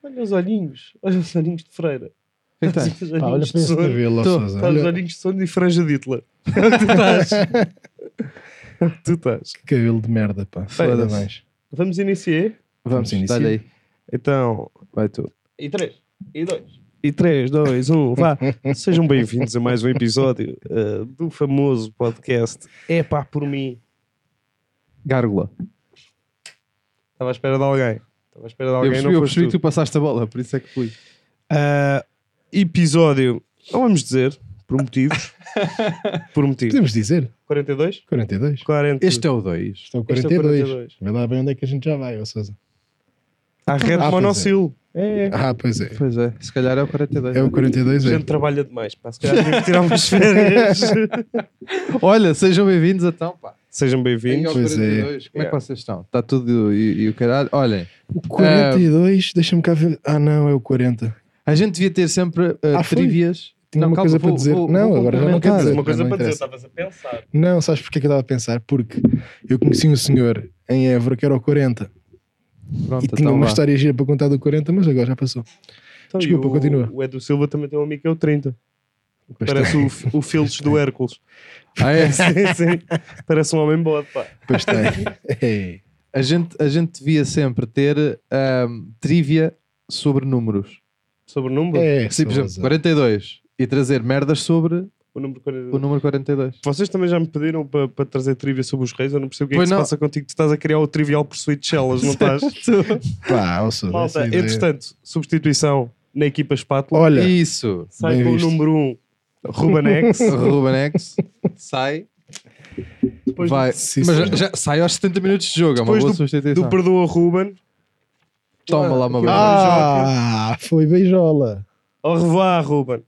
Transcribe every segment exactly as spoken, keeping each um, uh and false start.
Olha os olhinhos. Olha os olhinhos de freira. Que que Os tem? Pá, olha olhinhos para de esse sono. cabelo, ó, Tô. Sousa. Estás os Olha olhinhos de sono e franja de Hitler. É o que tu estás. É o que tu estás. que cabelo de merda, pá. Parabéns. Vamos iniciar? Vamos, iniciar. dá-lhe aí. Então, Vai tu. e três, e dois. E três, dois, um, vá. Sejam bem-vindos a mais um episódio uh, do famoso podcast É Pá Por Mim. Gárgula. Estava à espera de alguém. Estava à espera de alguém, Eu percebi, não eu foste percebi que tu. tu passaste a bola, por isso é que fui. Uh, episódio, não vamos dizer, por motivos. Por motivos. Podemos dizer? quarenta e dois? quarenta e dois. quarenta. Este é o dois. Estão Este é quarenta e dois. quarenta e dois. Vê lá bem onde é que a gente já vai, ó Sousa. Há rede Ah, pois monocilo. É, é. Ah, pois é. Pois é, se calhar é o quarenta e dois. É o quarenta e dois, A é. gente trabalha demais, pá. Se calhar tenho que tirar umas férias. Olha, sejam bem-vindos então, pá. Sejam Aí bem-vindos. ao Pois é. quarenta e dois. Como é que Yeah. vocês estão? Está tudo e, e o caralho. Olhem, O quarenta e dois, deixa-me cá ver. Ah, não, é o quarenta. a gente devia ter sempre uh, Ah, foi? trivias. Tinha uma coisa para dizer. Não, agora já não complementar. quero dizer. Uma coisa não para dizer, interessa. estavas a pensar. Não, sabes porque é que eu estava a pensar? Porque eu conheci um senhor em Évora que era o quarenta. Pronto, E tinha então uma vá. história gira para contar do quarenta, mas agora já passou. Então, Desculpa, e o, continua. O Edu Silva também tem um amigo que é o trinta. Pois Parece tem. o, o Filtros do Hércules. Ah, é? Sim, sim. Parece um homem bode, pá. Pois tem. Ei. A gente, a gente devia sempre ter ahm, trivia sobre números. Sobre o número? É, Assim, por exemplo, Sousa. quarenta e dois. E trazer merdas sobre O número quarenta e dois. o número quarenta e dois. Vocês também já me pediram para, para trazer trivia sobre os reis. Eu não percebo o que é que Pois se não. passa contigo. Tu estás a criar o Trivial Pursuit de Shellas, não estás? Pá, ó Sousa, Malta, essa ideia. entretanto, substituição na equipa Espátula. Olha, Isso. Sai bem com visto. o número um, Ruben X. Ruben X sai. Depois Vai. Sim, Mas já, senhor. já sai aos setenta minutos de jogo. É uma Depois boa do- substituição. do Perdoa Ruben. Toma lá uma Aqui, vez. Ah, foi beijola. Au revoir, Ruben.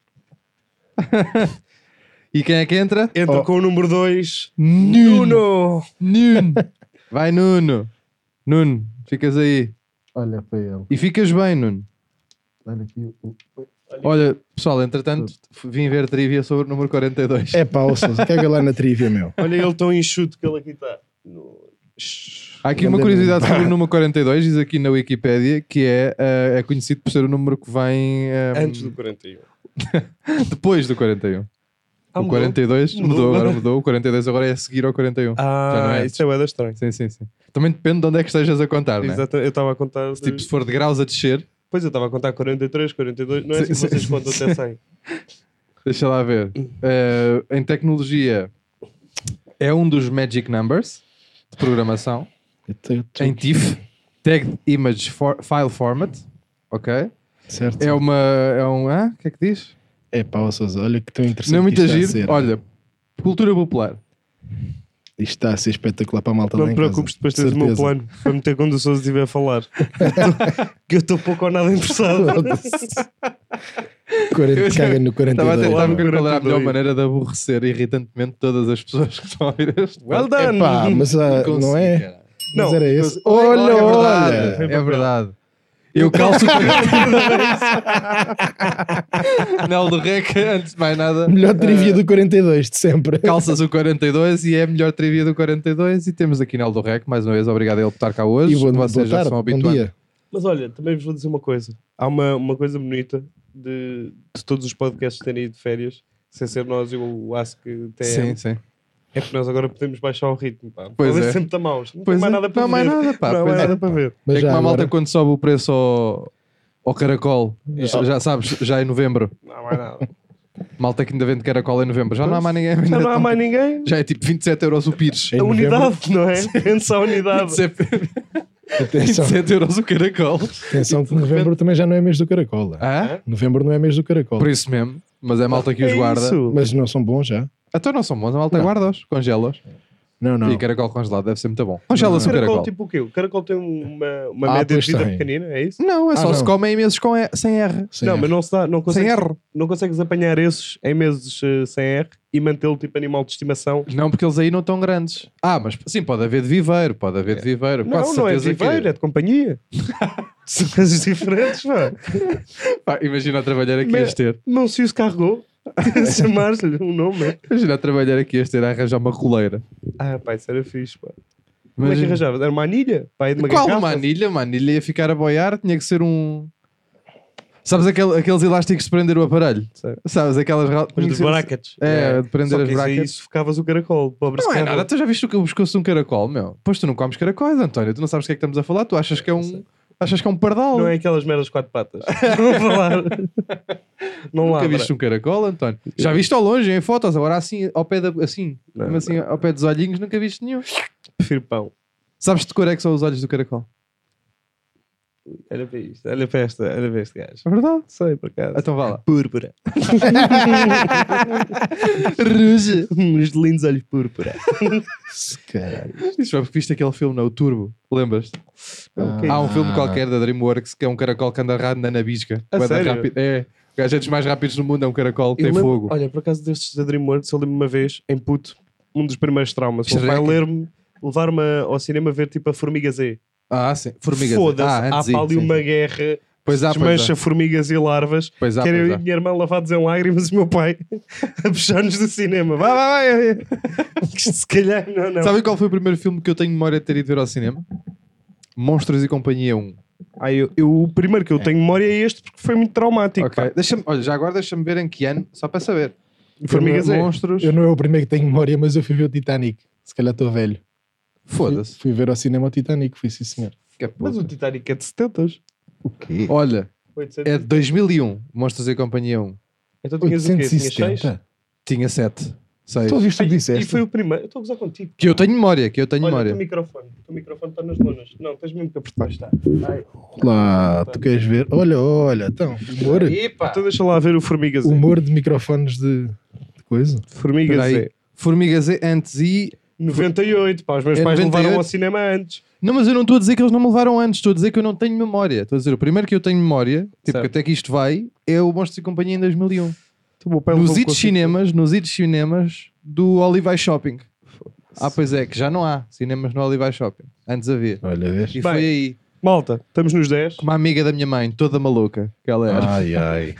E quem é que entra? Entra Oh. com o número dois, Nuno. Nuno. Nuno. Vai, Nuno. Nuno, ficas aí. Olha para ele. E ficas bem, Nuno. Olha aqui o... Olha, pessoal, entretanto, vim ver trivia sobre o número quarenta e dois. É pá, ó Sousa, caga lá na trivia, meu. Olha ele tão enxuto que ele aqui está. No... Há aqui uma curiosidade sobre o número quarenta e dois, diz aqui na Wikipédia, que é, eh, é conhecido por ser o número que vem eh, Antes do quarenta e um. depois do quarenta e um. Ah, o mudou? quarenta e dois mudou, Mudou agora agora? mudou. O quarenta e dois agora é a seguir ao quarenta e um. Já não Ah, é isso é bué da estranho. Sim, sim, sim. Também depende de onde é que estejas a contar, né? Exato, eu estava a contar. Se, tipo, se for de graus a descer, Pois eu estava a contar quarenta e três, quarenta e dois. Não é assim que Sim, vocês sim, contam até cem. deixa lá ver. Eh, em tecnologia, é um dos magic numbers de programação. Eu tô- tô- Em T I F, Tagged Image for- File Format. Ok? Certo. É uma. É um. Ah, o que é que diz? É pá, ó Sousa, olha que tão interessante Não é muito que isto está a agir. ser. Olha, cultura popular. Isto está a ser espetacular para a malta Não lá te em casa. preocupes, depois De tens o meu certeza. plano para meter quando o Sousa estiver a falar. Que eu estou pouco ou nada interessado. quarenta, caga no quarenta Estava a e dois. tentar Claro, ver qual era a melhor quarenta e dois. maneira de aborrecer irritantemente todas as pessoas que estão a ouvir este. Well done. Epá, mas ah, Consegui, não é? cara. Mas Não, era esse. Olha, Olha, é olha. verdade. É verdade. Eu calço o Nel do Rec, antes de mais nada. Melhor trivia do quarenta e dois de sempre. Calças o quarenta e dois e é a melhor trivia do quarenta e dois. E temos aqui Nel do Rec, mais uma vez, obrigado a ele por estar cá hoje. E boa, boa Vocês já tarde, são bom habituados. dia. Mas olha, também vos vou dizer uma coisa. Há uma, uma coisa bonita de, de todos os podcasts terem ido de férias, sem ser nós e o Ask T M. Sim, sim. É que nós agora podemos baixar o ritmo. Pá. Pois Talvez é. sempre está maus. Não Pois tem mais é. nada para Não há ver. mais nada, pá. Não há Pois mais é. nada para ver. Mas é já como a malta agora, quando sobe o preço ao, ao caracol. Já, já sabes, já em novembro. Não há mais nada. Malta que ainda vende caracol em novembro. Já não há mais ninguém. a vender Já não há tão- mais ninguém. Já é tipo vinte e sete euros o pires. Em A novembro- unidade, não é? Vende-se a unidade. vinte e atenção, sete euros o caracol. atenção que novembro também já não é mês do caracol. Ah? Novembro não é mês do caracol. Por isso mesmo. Mas é a malta que os É guarda. isso. Mas não são bons já? Então não são bons. A malta Não. guarda-os. Congela-os. Não, não. E caracol congelado deve ser muito bom. Congela-se O o caracol, caracol. tipo o quê? O caracol tem uma, uma Ah, média de pois vida tem. pequenina, é isso? Não, é Ah, só se não. come em meses com E- sem R. Sim, não, mas não, se dá, não, Sem consegues, R. não consegues apanhar esses em meses eh, sem R e mantê-lo tipo animal de estimação. Não, porque eles aí não estão grandes. Ah, mas sim, pode haver de viveiro. Pode haver de viveiro. Não, Quase não é de certeza viveiro, que... é de companhia. São coisas diferentes, pá. Pá, imagina a trabalhar aqui Mas- este ter. Não se os carregou. Chamar-lhe um nome. Imagina a trabalhar aqui este ter a arranjar uma coleira. Ah, pá, isso era fixe, pá. Como é que Imagina- arranjava? Era uma anilha? Pá, aí de uma Qual garrafa? uma anilha? Uma anilha ia ficar a boiar, tinha que ser um, Sabes aquele, aqueles elásticos de prender o aparelho? Sei. Sabes? Aquelas... Os dos brackets. É, de prender Só as que brackets. isso focavas o caracol. Pobre Não é Scrabble. nada, tu já viste o pescoço de um caracol, meu? Pois tu não comes caracóis, António. Tu não sabes o que é que estamos a falar. Tu achas que é um... Achas que é um pardal. Não é aquelas merdas de quatro patas. Não vou falar. Não Nunca ladra. viste um caracol, António? Já viste ao longe, em fotos. Agora assim, ao pé, da, assim, Não, mesmo assim ao pé dos olhinhos, nunca viste nenhum. Prefiro pão. Sabes de cor é que são os olhos do caracol? Olha para isto. Olha para, esta, olha para este gajo. É verdade? Sei, por acaso. Então vá lá. Púrpura. Ruge. Uns lindos olhos púrpura. Caralho. Isso foi porque viste aquele filme, não? O Turbo. Lembras-te? Ok. Há um Ah. filme qualquer da DreamWorks que é um caracol que anda agarrado na nabisca. A Bué da sério? rápido. É. O gajo é dos mais rápidos do mundo, é um caracol que Eu tem lembro- fogo. Olha, por acaso destes da DreamWorks, eu lembro uma vez, em puto, um dos primeiros traumas. O meu pai Shrek. ler-me, levar-me ao cinema a ver tipo a Formiga Z. Ah, sim. Formigas. Foda-se, Ah, há antes para ali sim, uma sim. guerra, Pois há, pois desmancha há. formigas e larvas. Pois há, Quero eu pois e há. a minha irmã lavados em lágrimas e o meu pai a puxar-nos do cinema. Vai, vai, vai. Se calhar, não, não. Sabem qual foi o primeiro filme que eu tenho memória de ter ido ver ao cinema? Monstros e Companhia um. Ah, eu, eu- o primeiro que eu tenho memória é este porque foi muito traumático. Ok. pá. Deixa-me, olha, já agora deixa-me ver em que ano, só para saber. Formiga Z. Monstros. Eu não é o primeiro que tenho memória, mas eu fui ver o Titanic. Se calhar estou velho. Foda-se. Fui, fui ver ao cinema o Titanic, fui sim senhor. Que Mas puta. o Titanic é de setenta. O quê? Olha, oitocentos. é de dois mil e um. Monstros e Companhia um. Então tinhas o quê? Tinhas seis? oitocentos e setenta? Tinha sete. seis. Tu ouviste o que E disseste? foi o primeiro. Eu estou a gozar contigo. Que eu tenho memória, que eu tenho Olha, o memória. teu microfone. O teu microfone está nas lonas. Não, tens mesmo que apertar. Está. Ai. Lá, tu queres ver? Olha, olha, então, humor, Epa! Então deixa lá ver o Formiga Z. humor de microfones de, de coisa. Formiga Espera aí. Z. Formiga Z antes e... noventa e oito, pá, os meus É pais noventa e levaram oito? ao cinema antes. Não, mas eu não estou a dizer que eles não me levaram antes, estou a dizer que eu não tenho memória. Estou a dizer, o primeiro que eu tenho memória, tipo, Certo. que até que isto vai, é o Monstros e Companhia em dois mil e um. Então, o meu pai Nos levou-me idos consigo. cinemas, nos idos cinemas do Olivais Shopping. Ah, pois é, que já não há cinemas no Olivais Shopping. Antes havia. Olha, vês? E Bem. foi aí, Malta, estamos nos dez. com uma amiga da minha mãe, toda maluca, que ela era. Ai, ai.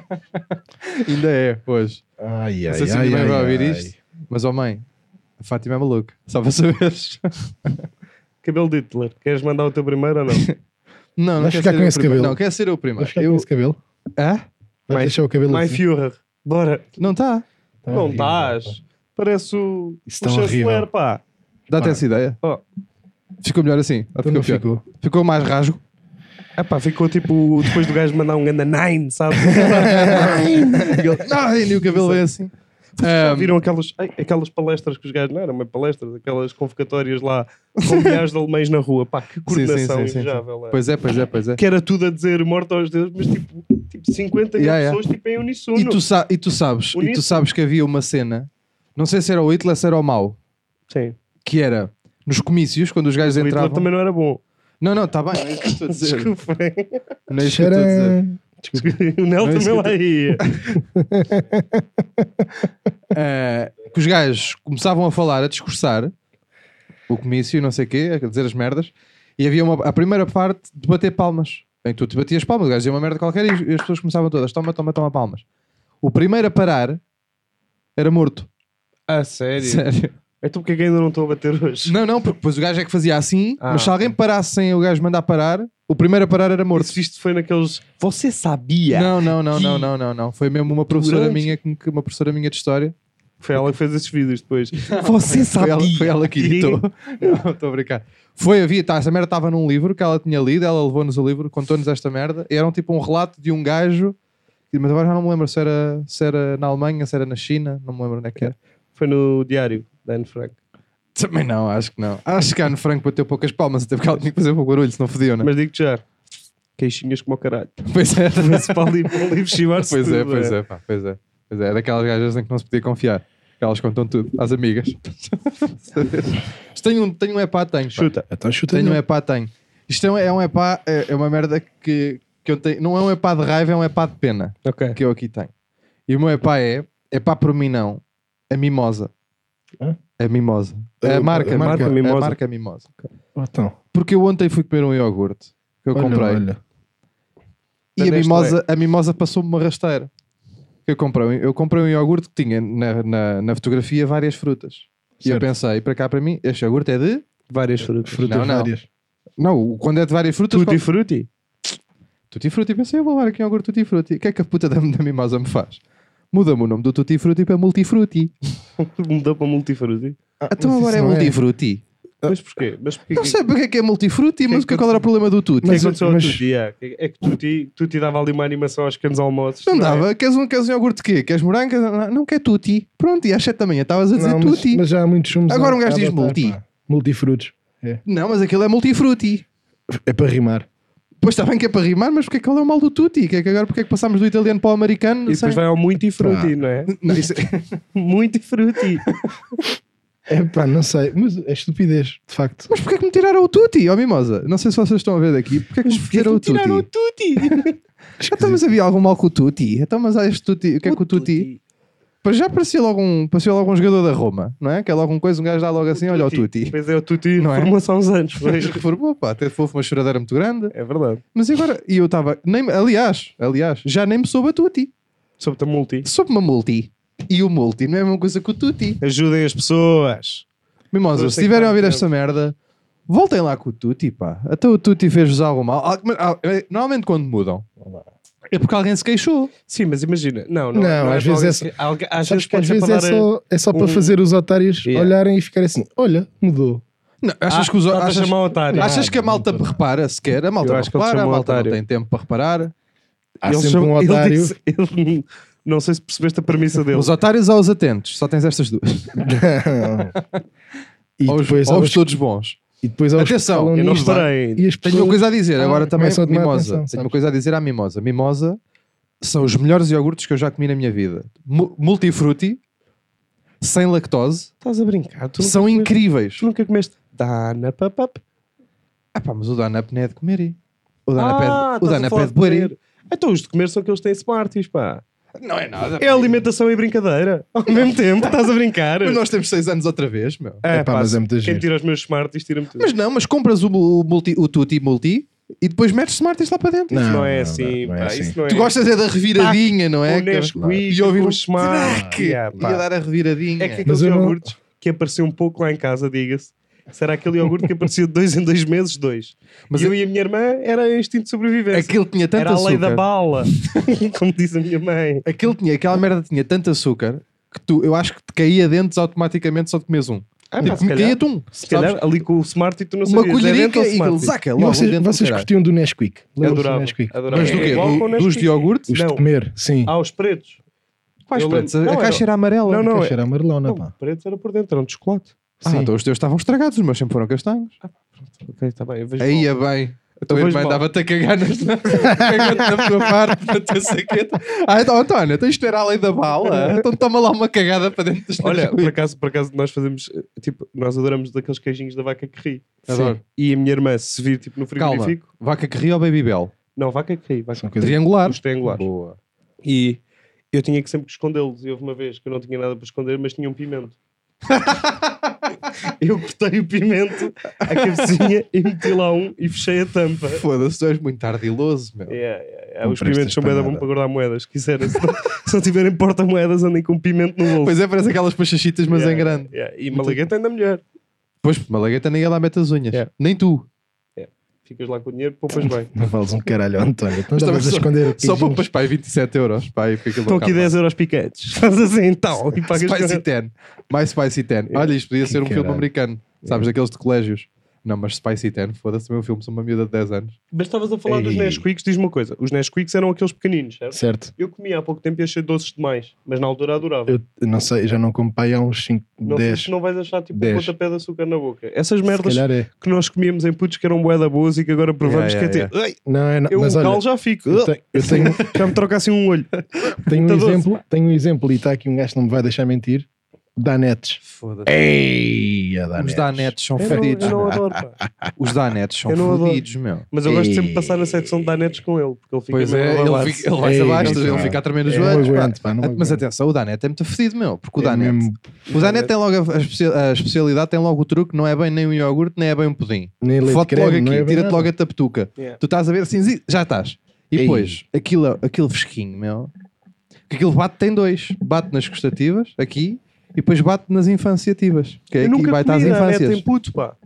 Ainda é, hoje. Ai, Não ai, sei se a ai, minha mãe vai ai, ouvir ai. isto, mas ó mãe, a Fátima é maluca, só para saberes. Cabelo de Hitler. Queres mandar o teu primeiro ou não? Não, não Vais quer ficar ser com eu esse primeiro. cabelo? Não, quer ser eu Vais primeiro. ficar Eu... com esse cabelo? Hã? Vais Mais- deixar o cabelo My assim? Führer. Bora. Não está. Tá não horrível, estás. Parece o, o Isso tá chanceler, horrível. pá. Dá-te Ah. essa ideia. Oh. Ficou melhor assim. Ou Então não ficou, pior? ficou. Ficou mais rasgo. É pá, ficou tipo depois do gajo mandar um ganda nine, sabe? Não, e o cabelo é assim. Já Ahm, viram aquelas, ai, aquelas palestras que os gajos, não eram bem palestras, aquelas convocatórias lá com milhares de alemães na rua. Pá, que sim, coordenação sim, sim, sim. invejável. é. Pois é, pois é, pois é. Que era tudo a dizer morte aos deuses, mas tipo, tipo cinquenta mil Yeah, yeah. pessoas tipo, em unissono. E tu, sa e tu sabes, e tu Uníssono. sabes que havia uma cena, não sei se era o Hitler, se era o mau, Sim. que era nos comícios, quando os gajos O Hitler entravam. também não era bom. Não, não, está bem, não é isso que eu estou a dizer. Desculpem. Não é isso que eu estou a dizer. Tcharam. O Nel Não é isso também que lá ia. Eh, que os gajos começavam a falar, a discursar o comício e não sei o quê, a dizer as merdas, e havia uma, a primeira parte de bater palmas. Em que tu te batias palmas, o gajo dizia uma merda qualquer e, e as pessoas começavam todas, toma, toma, toma palmas. O primeiro a parar era morto. Ah, sério? Sério. Então porque é que ainda não estou a bater hoje? Não, não, porque depois o gajo é que fazia assim, Ah, mas se alguém parasse sem o gajo mandar parar, o primeiro a parar era morto. Isso isto foi naqueles... Você sabia? Não, não, não, que- não, não, não, não. Foi mesmo uma professora Durante- minha, que, que- uma professora minha de história. Foi ela que fez esses vídeos depois. Você Foi ela, sabia? foi ela que editou. Não, estou a brincar. Foi, havia, tá, essa merda estava num livro que ela tinha lido, ela levou-nos o livro, contou-nos esta merda, e era um tipo um relato de um gajo, mas agora já não me lembro se era, se era na Alemanha, se era na China, não me lembro onde é que era. Foi no diário da Anne Frank. Também não, acho que não. Acho que a Anne Frank bateu poucas palmas, até porque ela tinha que fazer pouco barulho, senão fodiam, não é? Mas digo-te já. Queixinhas como o caralho. Pois é. Vê-se para ali, para ali chivar-se Pois é, tudo, pois é, pá, pois é. Pois é, é daquelas gajas em que não se podia confiar. Que elas contam tudo às amigas. Mas tenho um, tenho um epá, tenho. Pá. Chuta. Então chuta Tenho um não. epá, tenho. Isto é um, é um epá, é, é uma merda que, que eu tenho. Não é um epá de raiva, é um epá de pena Ok. que eu aqui tenho. E o meu epá é, epá por mim não, a mimosa. Hã? A mimosa. A A- marca, a marca a Mimosa. A marca mimosa. Então, Porque eu ontem fui comer um iogurte que eu olha, comprei. olha. E a Da Nestlé. mimosa, a mimosa passou-me uma rasteira. Eu comprei, eu comprei um iogurte que tinha na, na, na fotografia várias frutas. E eu Certo. pensei, para cá para mim, este iogurte é de... Várias frutas. Frutas Não, não. várias. Não, quando é de várias frutas... Tutti qual- frutti. Tutti Frutti, pensei, eu vou levar aqui um iogurte Tutti Frutti. O que é que a puta da, da mimosa me faz? Muda-me o nome do Tutti Frutti para Multifrutti. Mudou para Multifrutti. Ah, Então mas agora é isso não Multifrutti. Mas porquê? Mas porquê Não que- sei porque é que é Multifrutti, mas que qual era o problema do Tutti? O que Mas- aconteceu ao mas- Tutti? É, é que Tutti, Tutti dava ali uma animação aos pequenos almoços. Não é? dava? Queres um, queres um iogurte de quê? Queres morango? Queres- Não, não quer Tutti. Pronto, e às sete da manhã estavas a dizer Não, mas, Tutti. mas já há muitos sumos. Agora a- um gajo a diz adotar, multi. pá. Multifrutos. É. Não, mas aquilo é Multifrutti. É para rimar. Pois está bem que é para rimar, mas porque é que ele é o mal do Tutti? Que é que agora porque é que passámos do italiano para o americano? E depois sem- vai ao Multifrutti, Ah. não é? Não, isso- Multifrutti. É pá, não sei. Mas é estupidez, de facto. Mas porquê é que me tiraram o Tutti, ó Mimosa? Não sei se vocês estão a ver daqui. Porquê é que me tiraram o Tutti? Tiraram o Tutti. Então, mas havia algum mal com o Tutti? Então, mas há este Tutti. O que é que o Tutti? Pois já parecia logo, um, parecia logo um jogador da Roma, não é? Que é logo uma coisa, um gajo dá logo assim, olha o Tutti. Depois é o Tutti, Não é? formou-se há uns anos. Foi. Reformou, pá, até foi uma choradeira muito grande. É verdade. Mas e agora, e eu estava, nem, aliás, aliás, já nem me soube a Tutti. Sobre a Multi. Soube-me a Multi. E o Multi não é a mesma coisa que o Tutti. Ajudem as pessoas. Mimosa, Eu se sei que estiverem a tá ouvir muito esta merda, voltem lá com o Tutti, pá. Até o Tutti fez-vos algo mal. Ah, mas, ah, é, Normalmente quando mudam, é porque alguém se queixou. Sim, mas imagina. Não, não, Não, não às é vezes para é alguém- alguém- Às Sabes vezes que às pode ser vezes para é dar a- só, é só para um- fazer os otários Yeah. olharem e ficarem assim: olha, mudou. Não, achas Ah, que os está-te a achas, chamar otário. achas que a malta Não, não. repara sequer? A malta Eu não acho que ele repara, a chamou malta otário. não tem tempo para reparar. Há Ele sempre chama- um ele otário. disse- ele- não sei se percebeste a premissa dele. Os otários ou os atentos? Só tens estas duas. e, ou os, depois ou há os os, todos bons. e depois há os que Atenção, falam eu não nisto reparei. e as Tenho uma pessoas- coisa a dizer, Ah, agora também, começam a tomar Mimosa. atenção, Tenho sabes? uma coisa a dizer à Mimosa. Mimosa são os melhores iogurtes que eu já comi na minha vida. Mu- Multifrutti, sem lactose, Estás a brincar. Tu nunca são comeste- incríveis. Tu nunca comeste Dana Papap. Ah pá, mas o Danap não é de comer. e? O Danap Ah, é de, o estás a Danap falar é de de beber. comer. Então os de comer são aqueles que têm Smarties, pá. Não é nada. É alimentação e brincadeira. Ao mesmo tempo, estás a brincar. Mas nós temos seis anos outra vez, meu. É, Epá, pá, mas é muito quem giro. tira os meus Smarties tira-me tudo. Mas não, mas compras o, o, multi, o Tutti Multi e depois metes Smarties lá para dentro. Isso não, Não, é não, assim, não é pá. assim. Isso não é. Tu gostas é da reviradinha, não é? O Nesquik, E ouvir o um Smart. traque. Yeah, pá. Ia dar a reviradinha. É que aqueles Mas eu não- iogurtes que apareceu um pouco lá em casa, diga-se. Será aquele iogurte que aparecia de dois em dois meses, dois. Mas e eu é- e a minha irmã era instinto de sobrevivência. Aquilo tinha tanto Era a lei da açúcar. bala, como diz a minha mãe. Aquilo tinha, aquela merda tinha tanto açúcar que tu, eu acho que te caía dentes automaticamente só de comes um. Ah, Tipo, pá, se me calhar- caía-te um. Se calhar sabes? ali com o Smart e tu não Uma sabias. é dentro colherica ou e Smart? aquele zaca E logo vocês, dentro do vocês caralho. curtiam do Nesquik? Lembram-se do Adorava. Nesquik? adorava. Mas do É quê? igual Do- com o dos Nesquik. de iogurte? Os Não. de comer, sim. Ah, os pretos. Quais Eu pretos? lembro- A não, caixa era amarela. Não, não, a é- caixa era amarelona, Não, pá. pretos era por dentro, era um de chocolate. Ah, Sim. então os teus estavam estragados, os meus sempre foram castanhos. Ok, está bem. Eu vejo Aí mal. é bem. A tua Eu vejo irmã mal. dava-te a cagar na, cagando na tua parte, na tua saqueta. Ah, então, António, então isto era a lei da bala. Então toma lá uma cagada para dentro dos Olha, Nesquik. por acaso, por acaso nós fazemos, eh, tipo, nós adoramos daqueles queijinhos da vaca que ri. Adoro. E a minha irmã, se vir, tipo, no Calma, frigorífico... vaca que ri ou Baby Bell? Não, vaca que ri. Vaca São que coisas- Triangular. Os triangulares. Boa. E eu tinha que sempre que escondê-los. E houve uma vez que eu não tinha nada para esconder, mas tinha um pimento. Eu cortei o pimento à cabecinha e meti lá um e fechei a tampa. Foda-se, tu és muito ardiloso, meu. Yeah, yeah, yeah. Não Os pimentos prestas são para bem bom nada. para guardar moedas. Se quiserem, se não, se não tiverem porta-moedas, andem com pimento no bolso. Pois é, parece aquelas pachachitas, mas Yeah, em grande. yeah. E malagueta ainda melhor. Pois, Malagueta ninguém lá mete as unhas. Yeah. Nem tu. Ficas lá com o dinheiro, poupas bem. Não vales um caralho, António. Tu Mas andavas a também esconder Só queijinhos. poupas, pai, vinte e sete euros. Pai, fica aquilo Estão aqui dez euros piquetes. Faz assim, tal. E pagas Spicy com- dez. Mais Spicy dez. Olha, isto podia ser um filme Caralho. americano. Sabes, daqueles de colégios. Não, mas Spicy dez, foda-se, também um filme, sou uma miúda de dez anos. Mas estavas a falar dos Ei. Nesquiks, diz-me uma coisa. Os Nesquiks eram aqueles pequeninos, certo? Certo. Eu comia há pouco tempo e achei doces demais. Mas na altura adorava. Eu não sei, já não como pai há uns cinco, Não sei dez. se não vais achar tipo um dez. pontapé de açúcar na boca. Essas Se merdas calhar é. que nós comíamos em putos que eram bué da boas e que agora provamos Yeah, que é yeah, tipo... "Ai, Não é, não. eu Mas um olha, calo já fico. eu tenho, eu tenho, Já me troca assim um olho. tenho um Muito doce. exemplo, tenho um exemplo e está aqui um gajo que não me vai deixar mentir. Danetes. Foda-se. Ei, a Danetes. Os Danetes são Eu não, fodidos. eu não meu. adoro, pá. Os Danetes são Eu não adoro. fodidos, meu. Mas eu gosto sempre de Ei. passar na secção de danetes com ele. Porque ele fica Pois mesmo é, a ele, babar-se. fica, ele vai-se Ei, abaixo, não, ele pá. fica a tremer nos Eu não joelhos. pá. aguento, pá, não Mas aguento. atenção, o Danete é muito fedido, meu. Porque o É Danete, mesmo- o Danete tem logo a, a especia- a especialidade, tem logo o truque, não é bem nem um iogurte, nem é bem um pudim. Nem leite Foto creme, logo não aqui, é bem tira-te nada. logo a tapetuca. Yeah. Tu estás a ver assim, zi- já estás. E Ei. depois, aquilo, aquilo fresquinho, meu. Que aquilo bate tem dois. Bate nas gustativas, aqui, e depois bate nas infanciativas. Que é Eu aqui nunca vai estar às comi danete infâncias. em puto, pá.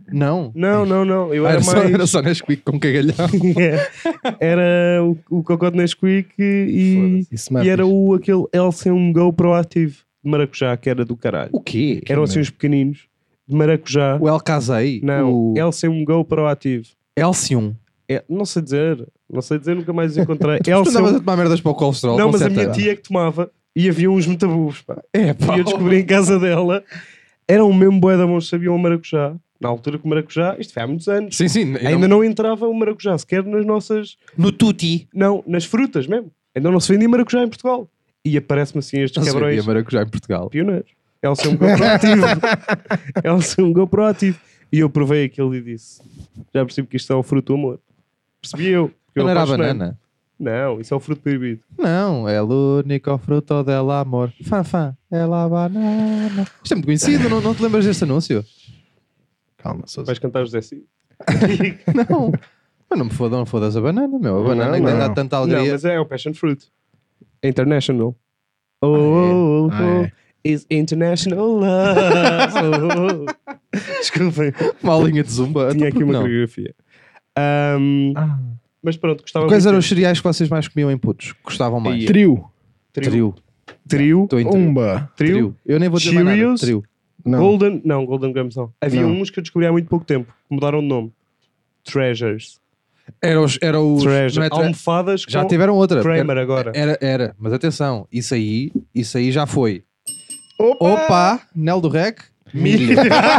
Não. Não, não, não. Eu Ah, era, era, só, mais... era só Nesquik com cagalhão. Era o, o cocó de Nesquik e, e era o, aquele L C um Go Proactive de maracujá, que era do caralho. O quê? Eram assim uns pequeninos de maracujá. O El Casei? Não, O L C um Go Proactive. L C um. É, não sei dizer, não sei dizer, nunca mais os encontrei. Tu L C um... andavas a tomar merdas para o colesterol? Não, com mas a certa minha idade. tia que tomava e havia uns metabus, pá. É, pá. E eu descobri em casa dela, eram mesmo bué da bons, sabiam o maracujá. Na altura que o maracujá, isto foi há muitos anos. Sim, sim. Ainda não entrava o maracujá sequer nas nossas... No tutti. Não, nas frutas mesmo. Ainda não se vendia maracujá em Portugal. E aparece-me assim estes Não se cabrões vendia maracujá em Portugal. pioneiros. L C um Go Proativo. L C um Go Proativo. E eu provei aquilo e disse, já percebi que isto é o fruto do amor. Percebi eu. porque eu Não era a apaixonei-me. banana? Não, isso é o fruto proibido. Não, é o único fruto del amor. Fã, fã, é la banana. Isto é muito conhecido, não, não te lembras deste anúncio? Calma, Sousa. Vais cantar José Cid? Não. Mas não me foda, não fodas a banana, meu. A banana Não, que tem não. dado tanta Não, alegria. mas é o Passion Fruit. É international. Oh, oh, oh, Ah, é. is international love. Oh. Desculpem, Uma aulinha de zumba. tinha Então, aqui por que uma não? coreografia. Ahm, Ah. mas pronto, gostava Quais muito eram os deste cereais que vocês mais comiam em putos? Gostavam mais? Aí. Trio. trio. Trio. Trio. Estou em trio. Umba. Trio. Trio. Eu nem vou dizer mais nada. Cheerios. Trio. Não. Golden. Não, Golden Grams não. Havia Não. uns que eu descobri há muito pouco tempo. Que mudaram de nome. Treasures. Era os... Era os Treasure. não é tre- Almofadas Já com tiveram outra. Kramer Era- agora. Era, era. Mas atenção. Isso aí, isso aí já foi. Opa! Opa! Nel do Rec. Milho.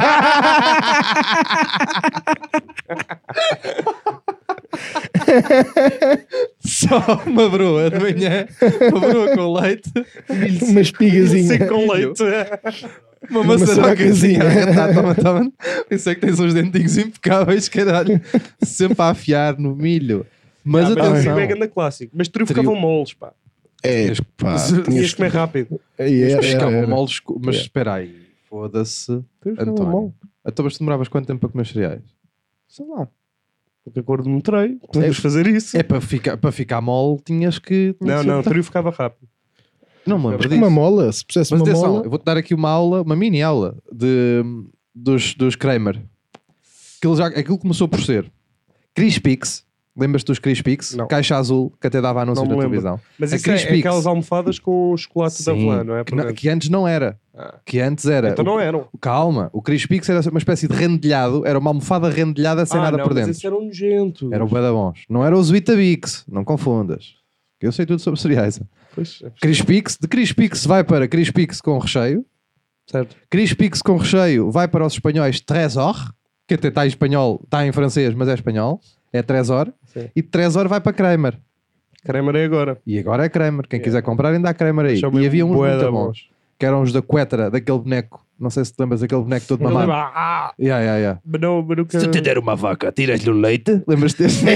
Só uma broa de manhã. Uma broa com leite. Uma espigazinha. Seco com leite. Uma Uma maçarocazinha. maçarocazinha. Tá, toma, toma. Isso é que tens uns dentinhos impecáveis, caralho. Sempre a afiar no milho. Mas Ah, mas atenção. o trio é grande clássico. Mas trio Trio. ficavam moles, pá. É, pá. Tinhas Tinhas que comer rápido. Aí era, Mas era, ficavam era. moles. co- Mas É. espera aí. Foda-se. Trio ficava António. mole. Então, mas tu demoravas quanto tempo para comer cereais? Sei lá. De acordo me treino. Podemos fazer isso. É para ficar, para ficar mole, tinhas que. Não, não, o trio ficava rápido. Não me lembro Uma disso. mola, se pusesse Mas uma atenção, mola. eu vou-te dar aqui uma aula, uma mini aula de, dos, dos Kramer. Aquilo, já, aquilo começou por ser Crispix. Lembras-te dos Crispix? Não. Caixa azul, que até dava anúncios Não na me lembro. televisão. Mas A isso é, é Crispix. aquelas almofadas com chocolate de Sim, avelã, não é? que, Por não- dentro. que antes não era. Ah. Que antes era. Então o- não eram. Calma, o Crispix era uma espécie de rendilhado, era uma almofada rendilhada sem Ah, nada não, por mas dentro. esses eram nojentos. Era o bué da bons. Não era os Vitabix, não confundas. Eu sei tudo sobre cereais. Pois, é Crispix, de Crispix vai para Crispix com recheio. certo. Crispix com recheio vai para os espanhóis Trésor, que até está em espanhol, está em francês, mas é espanhol. É Trésor. Sim. E de Trésor vai para Kramer. Kramer é agora. E agora é Kramer. Quem Yeah. quiser comprar ainda há Kramer aí. São E mesmo havia uns bué muito da bons. Que eram os da Quetra, daquele boneco. Não sei se te lembras daquele boneco todo Eu mamado. lembro, ah, Yeah, yeah, yeah. mas não, mas nunca... Se te der uma vaca, tiras-lhe o leite. Lembras-te deste?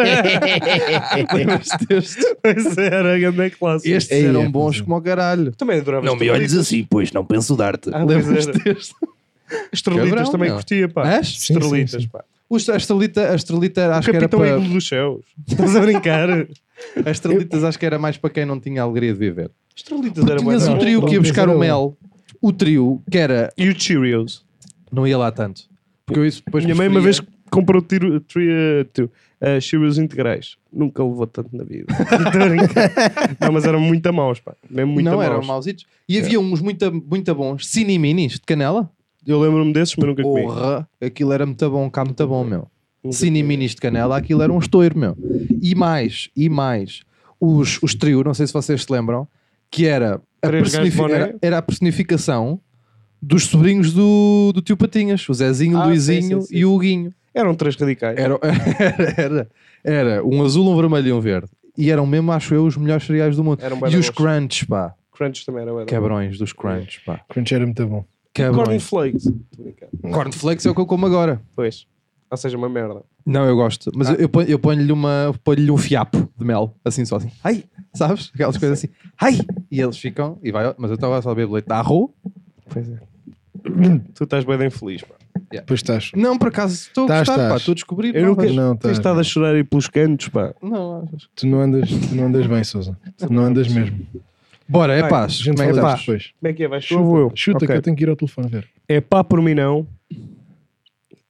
Lembras-te deste? Pois era, grande clássico. Estes Ei, eram é, bons pois é. como o caralho. Também adorava Não me olhes assim, pois não penso dar-te. Ah, pois Lembras-te era. deste? Estrelitas Cabrão, também meu. curtia, pá. As? Sim, Estrelitas, sim, sim. pá. Os- A estrelita, a estrelita O acho que era Capitão para... Ídolo dos Céus. Estás a brincar? As estrelitas acho que era mais para quem não tinha a alegria de viver. Estrelitas Porque era bué tinhas da o bom. trio que ia Pronto, buscar mas o era mel. O trio que era... E o Cheerios. Não ia lá tanto. Porque eu isso depois Minha mãe uma preferia- vez comprou tiro, trio, trio, uh, Cheerios integrais. Nunca levou tanto na vida. Estou a brincar. Não, mas eram muito maus, pá. Mesmo muito Não, maus. eram mausitos. E havia uns muito, muito bons. Cine Minis de canela. Eu lembro-me desses, mas nunca comi. Porra, aquilo era muito bom, cá muito bom, meu. Cine Minis de canela, aquilo era um estouro, meu. E mais, e mais. Os, os trio, não sei se vocês se lembram, que era a, Três gajos de personifi- boné. era, era a personificação dos sobrinhos do, do tio Patinhas. O Zezinho, o Ah, Luizinho sim, sim, sim. e o Huguinho. Eram três radicais. Era, era, era, era um azul, um vermelho e um verde. E eram mesmo, acho eu, os melhores cereais do mundo. Eram bué E da os bons. crunch, pá. Crunch também era bué da bom. Cabrões dos crunch, pá. Crunch era muito bom. Cabrões. Cornflakes. Estou a brincar. Cornflakes é o que eu como agora. Pois. Ou seja, uma merda. Não, eu gosto. Mas Ah. eu, eu ponho- eu ponho-lhe uma, ponho-lhe um fiapo de mel. Assim só assim. Ai! Sabes? Aquelas coisas assim. Ai! E eles ficam. E vai, mas eu estava só a beber leite de arroz. Pois é. Tu estás bem infeliz, pá. Pois estás. Não, por acaso estou a Tás, gostar, pá. tás. Estou a descobrir. Eu nunca... novas. Não, Tens estás. estado a chorar aí pelos cantos, pá. Não, acho- Tu não andas, tu não andas bem, Sousa. Tu não andas mesmo. Bora, é Vai, pá. A gente Como é que fala estás? disso depois. Como é que é? Vais tu ou vou eu? Chuta, chuta Ok. que eu tenho que ir ao telefone ver. É pá por mim não.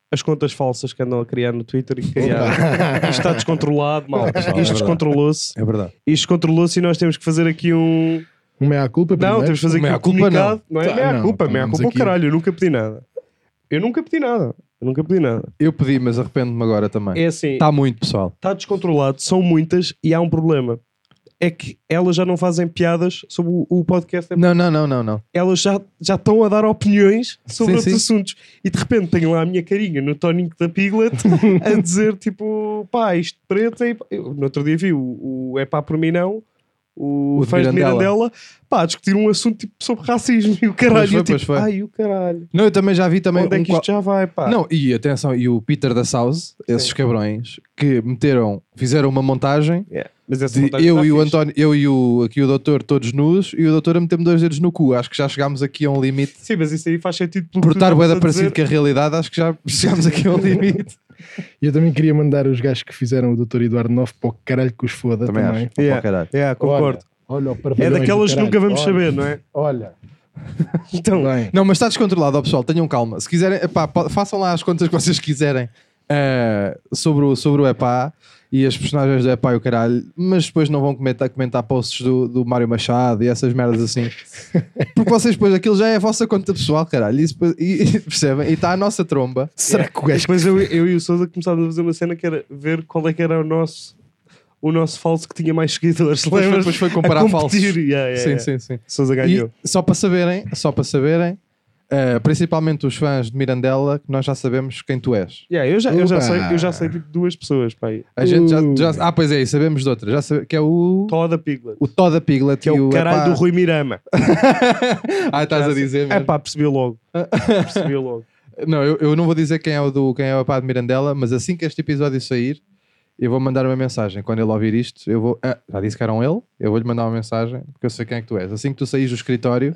as contas falsas que andam a criar no Twitter e criar. Isto está descontrolado, mal. É Isto descontrolou-se. É verdade. Isto descontrolou-se e nós temos que fazer aqui um. Um meia-culpa Não, primeiro. temos que fazer aqui um Meia-culpa, comunicado. Não, Tá, é meia não, culpa, pá, meia vamos culpa o aqui. caralho. Eu nunca pedi nada. Eu nunca pedi nada. Eu nunca pedi nada. Eu pedi, mas arrependo-me agora também. É assim, Está muito, pessoal. está descontrolado, são muitas e há um problema. É que elas já não fazem piadas sobre o, o podcast. Não, não, não, não, não. Elas já, já estão a dar opiniões sobre Sim, outros sim. assuntos. E de repente tenho lá a minha carinha no tónico da Piglet a dizer tipo, pá, isto preto é... Eu, no outro dia vi o, o É Pá Por Mim Não, o, O de fãs de Mirandela. Mirandela, pá, a discutir um assunto tipo, sobre racismo e o caralho. Pois foi, E eu, tipo, pois foi. ai, o caralho. Não, eu também já vi também Onde é um que isto qual- já vai, pá? Não, e atenção, e o Peter da South, esses cabrões, que meteram, fizeram uma montagem Yeah. Mas essa de montagem eu está e o fixe. António, eu e o, aqui o doutor todos nus, e o doutor a meter-me dois dedos no cu. Acho que já chegámos aqui a um limite. Sim, mas isso aí faz sentido pelo Por que tu estar bué estavas da a parecido dizer. com a realidade, acho que já chegámos aqui a um limite. E eu também queria mandar os gajos que fizeram o doutor Eduardo Novo para o caralho que os foda Também também. acho. Yeah. Oh, caralho. Yeah, concordo. Olha, olha o É parvalhões do daquelas que caralho. nunca vamos Olha, saber, não é? Olha. Então, Bem, Não, mas está descontrolado, ó, pessoal. Tenham calma. Se quiserem, epá, po- façam lá as contas que vocês quiserem eh, sobre, o, sobre o Epá e as personagens do Epá e o caralho, mas depois não vão comentar, comentar posts do, do Mário Machado e essas merdas assim. Porque vocês depois, aquilo já é a vossa conta pessoal, caralho. Isso, depois- e, e- percebem? E está a nossa tromba. será que o gajo depois eu, eu e o Sousa começámos a fazer uma cena que era ver qual é que era o nosso o nosso falso que tinha mais seguidores. Depois foi, Lembras? depois foi A comparar competir. falsos. Yeah, yeah, Sim, yeah. sim, sim. Sousa ganhou. E só para saberem, só para saberem, eh, principalmente os fãs de Mirandela, que nós já sabemos quem tu és. Yeah, eu, já, eu, já Opa. sei, eu já sei tipo duas pessoas, pá, aí. A gente já, Uh. já- ah, pois é, e sabemos de outra. Já sabe, que é o Toda Piglet. o Toda Piglet Que é e o caralho Epá. do Rui Mirama. Ah, estás a dizer É mesmo. pá, percebi logo. Percebi logo. Não, eu, eu não vou dizer quem é o do quem é o Epá de Mirandela, mas assim que este episódio sair, eu vou mandar uma mensagem. Quando ele ouvir isto, eu vou. Ah, já disse que eram ele, eu vou-lhe mandar uma mensagem, porque eu sei quem é que tu és. Assim que tu saís do escritório,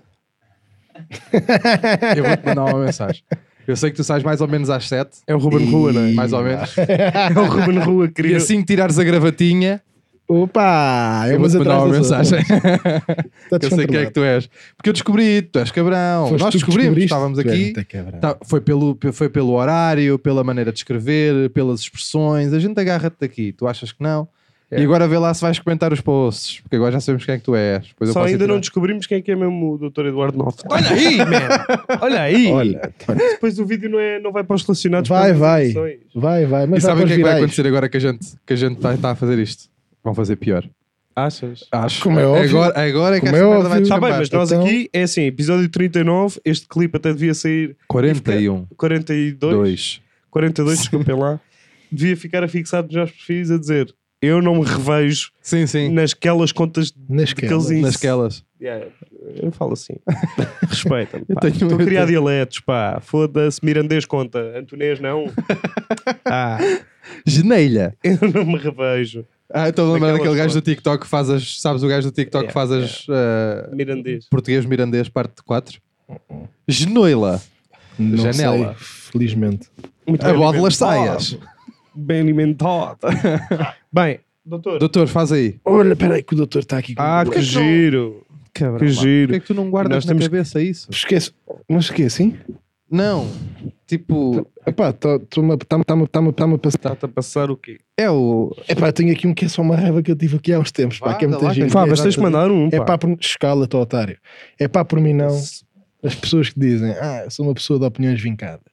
eu vou-te mandar uma mensagem. Eu sei que tu sais mais ou menos às sete, É o Ruben Rua, não é? mais ou menos. É o Ruben Rua, E querido. assim que tirares a gravatinha, Opa! eu vamos vou-te mandar atrás uma das outras. mensagem. Está Que eu sei quem é que tu és. Porque eu descobri, tu és cabrão. Foste Nós tu que descobrimos, descobriste? estávamos Tu és aqui. muito cabrão. Tá, foi, pelo, foi pelo horário, pela maneira de escrever, pelas expressões. A gente agarra-te daqui. Tu achas que não? É. E agora vê lá se vais comentar os posts, porque agora já sabemos quem é que tu és. Depois eu Só posso ir ainda não tirar. descobrimos quem é que é mesmo o doutor Eduardo Novo. Olha aí, man! Olha aí! Olha, Depois o vídeo não, é, não vai para os relacionados. vai, para as vai. edições. Vai, vai. E Mas sabem o que é que vai virais. acontecer agora que a gente que a gente está tá a fazer isto? Vão fazer pior. Achas? Acho. Como é óbvio. Agora, agora é que Como esta é merda vai óbvio. Está descambar. bem, mas nós Então- aqui, é assim, episódio trinta e nove, este clipe até devia sair quarenta e um. quarenta e dois, dois. quarenta e dois, desculpem lá, devia ficar afixado nos nossos perfis a dizer eu não me revejo Sim, sim. nasquelas contas Nasquelas. daqueles ins- Nasquelas. Yeah, eu falo assim. Respeita-me. Eu pá. tenho- Estou a eu criar tenho- dialetos, pá. Foda-se, mirandês conta. Antonês não. Ah, Geneilha. eu não me revejo. Ah, estou a lembrar Daquelas daquele gajo do fotos. TikTok que faz as. Sabes o gajo do TikTok que Yeah, faz as. ah, Mirandês. português mirandês, parte quatro. Genoila. Não Janela. sei, felizmente. Muito A bem bola das alimentado. saias. Bem alimentado. Bem, doutor. Doutor, faz aí. Olha, peraí que o doutor está aqui. com- Ah, que giro. Cabrão, Que mano. giro. Porquê é que tu não guardas Nós na temos- cabeça isso? Esquece. Mas que assim? Não. Tipo, Epá, está-me a passar. Está-te a passar o quê? é o. Epá, tenho aqui um que é só uma raiva que eu tive aqui há uns tempos. Pá, Vá, que é dá muita lá, gente. que- Pá, É mas tens de exatamente- mandar um, É pá. pá, por escala, teu otário. É pá, por mim não. As pessoas que dizem, ah, eu sou uma pessoa de opiniões vincadas.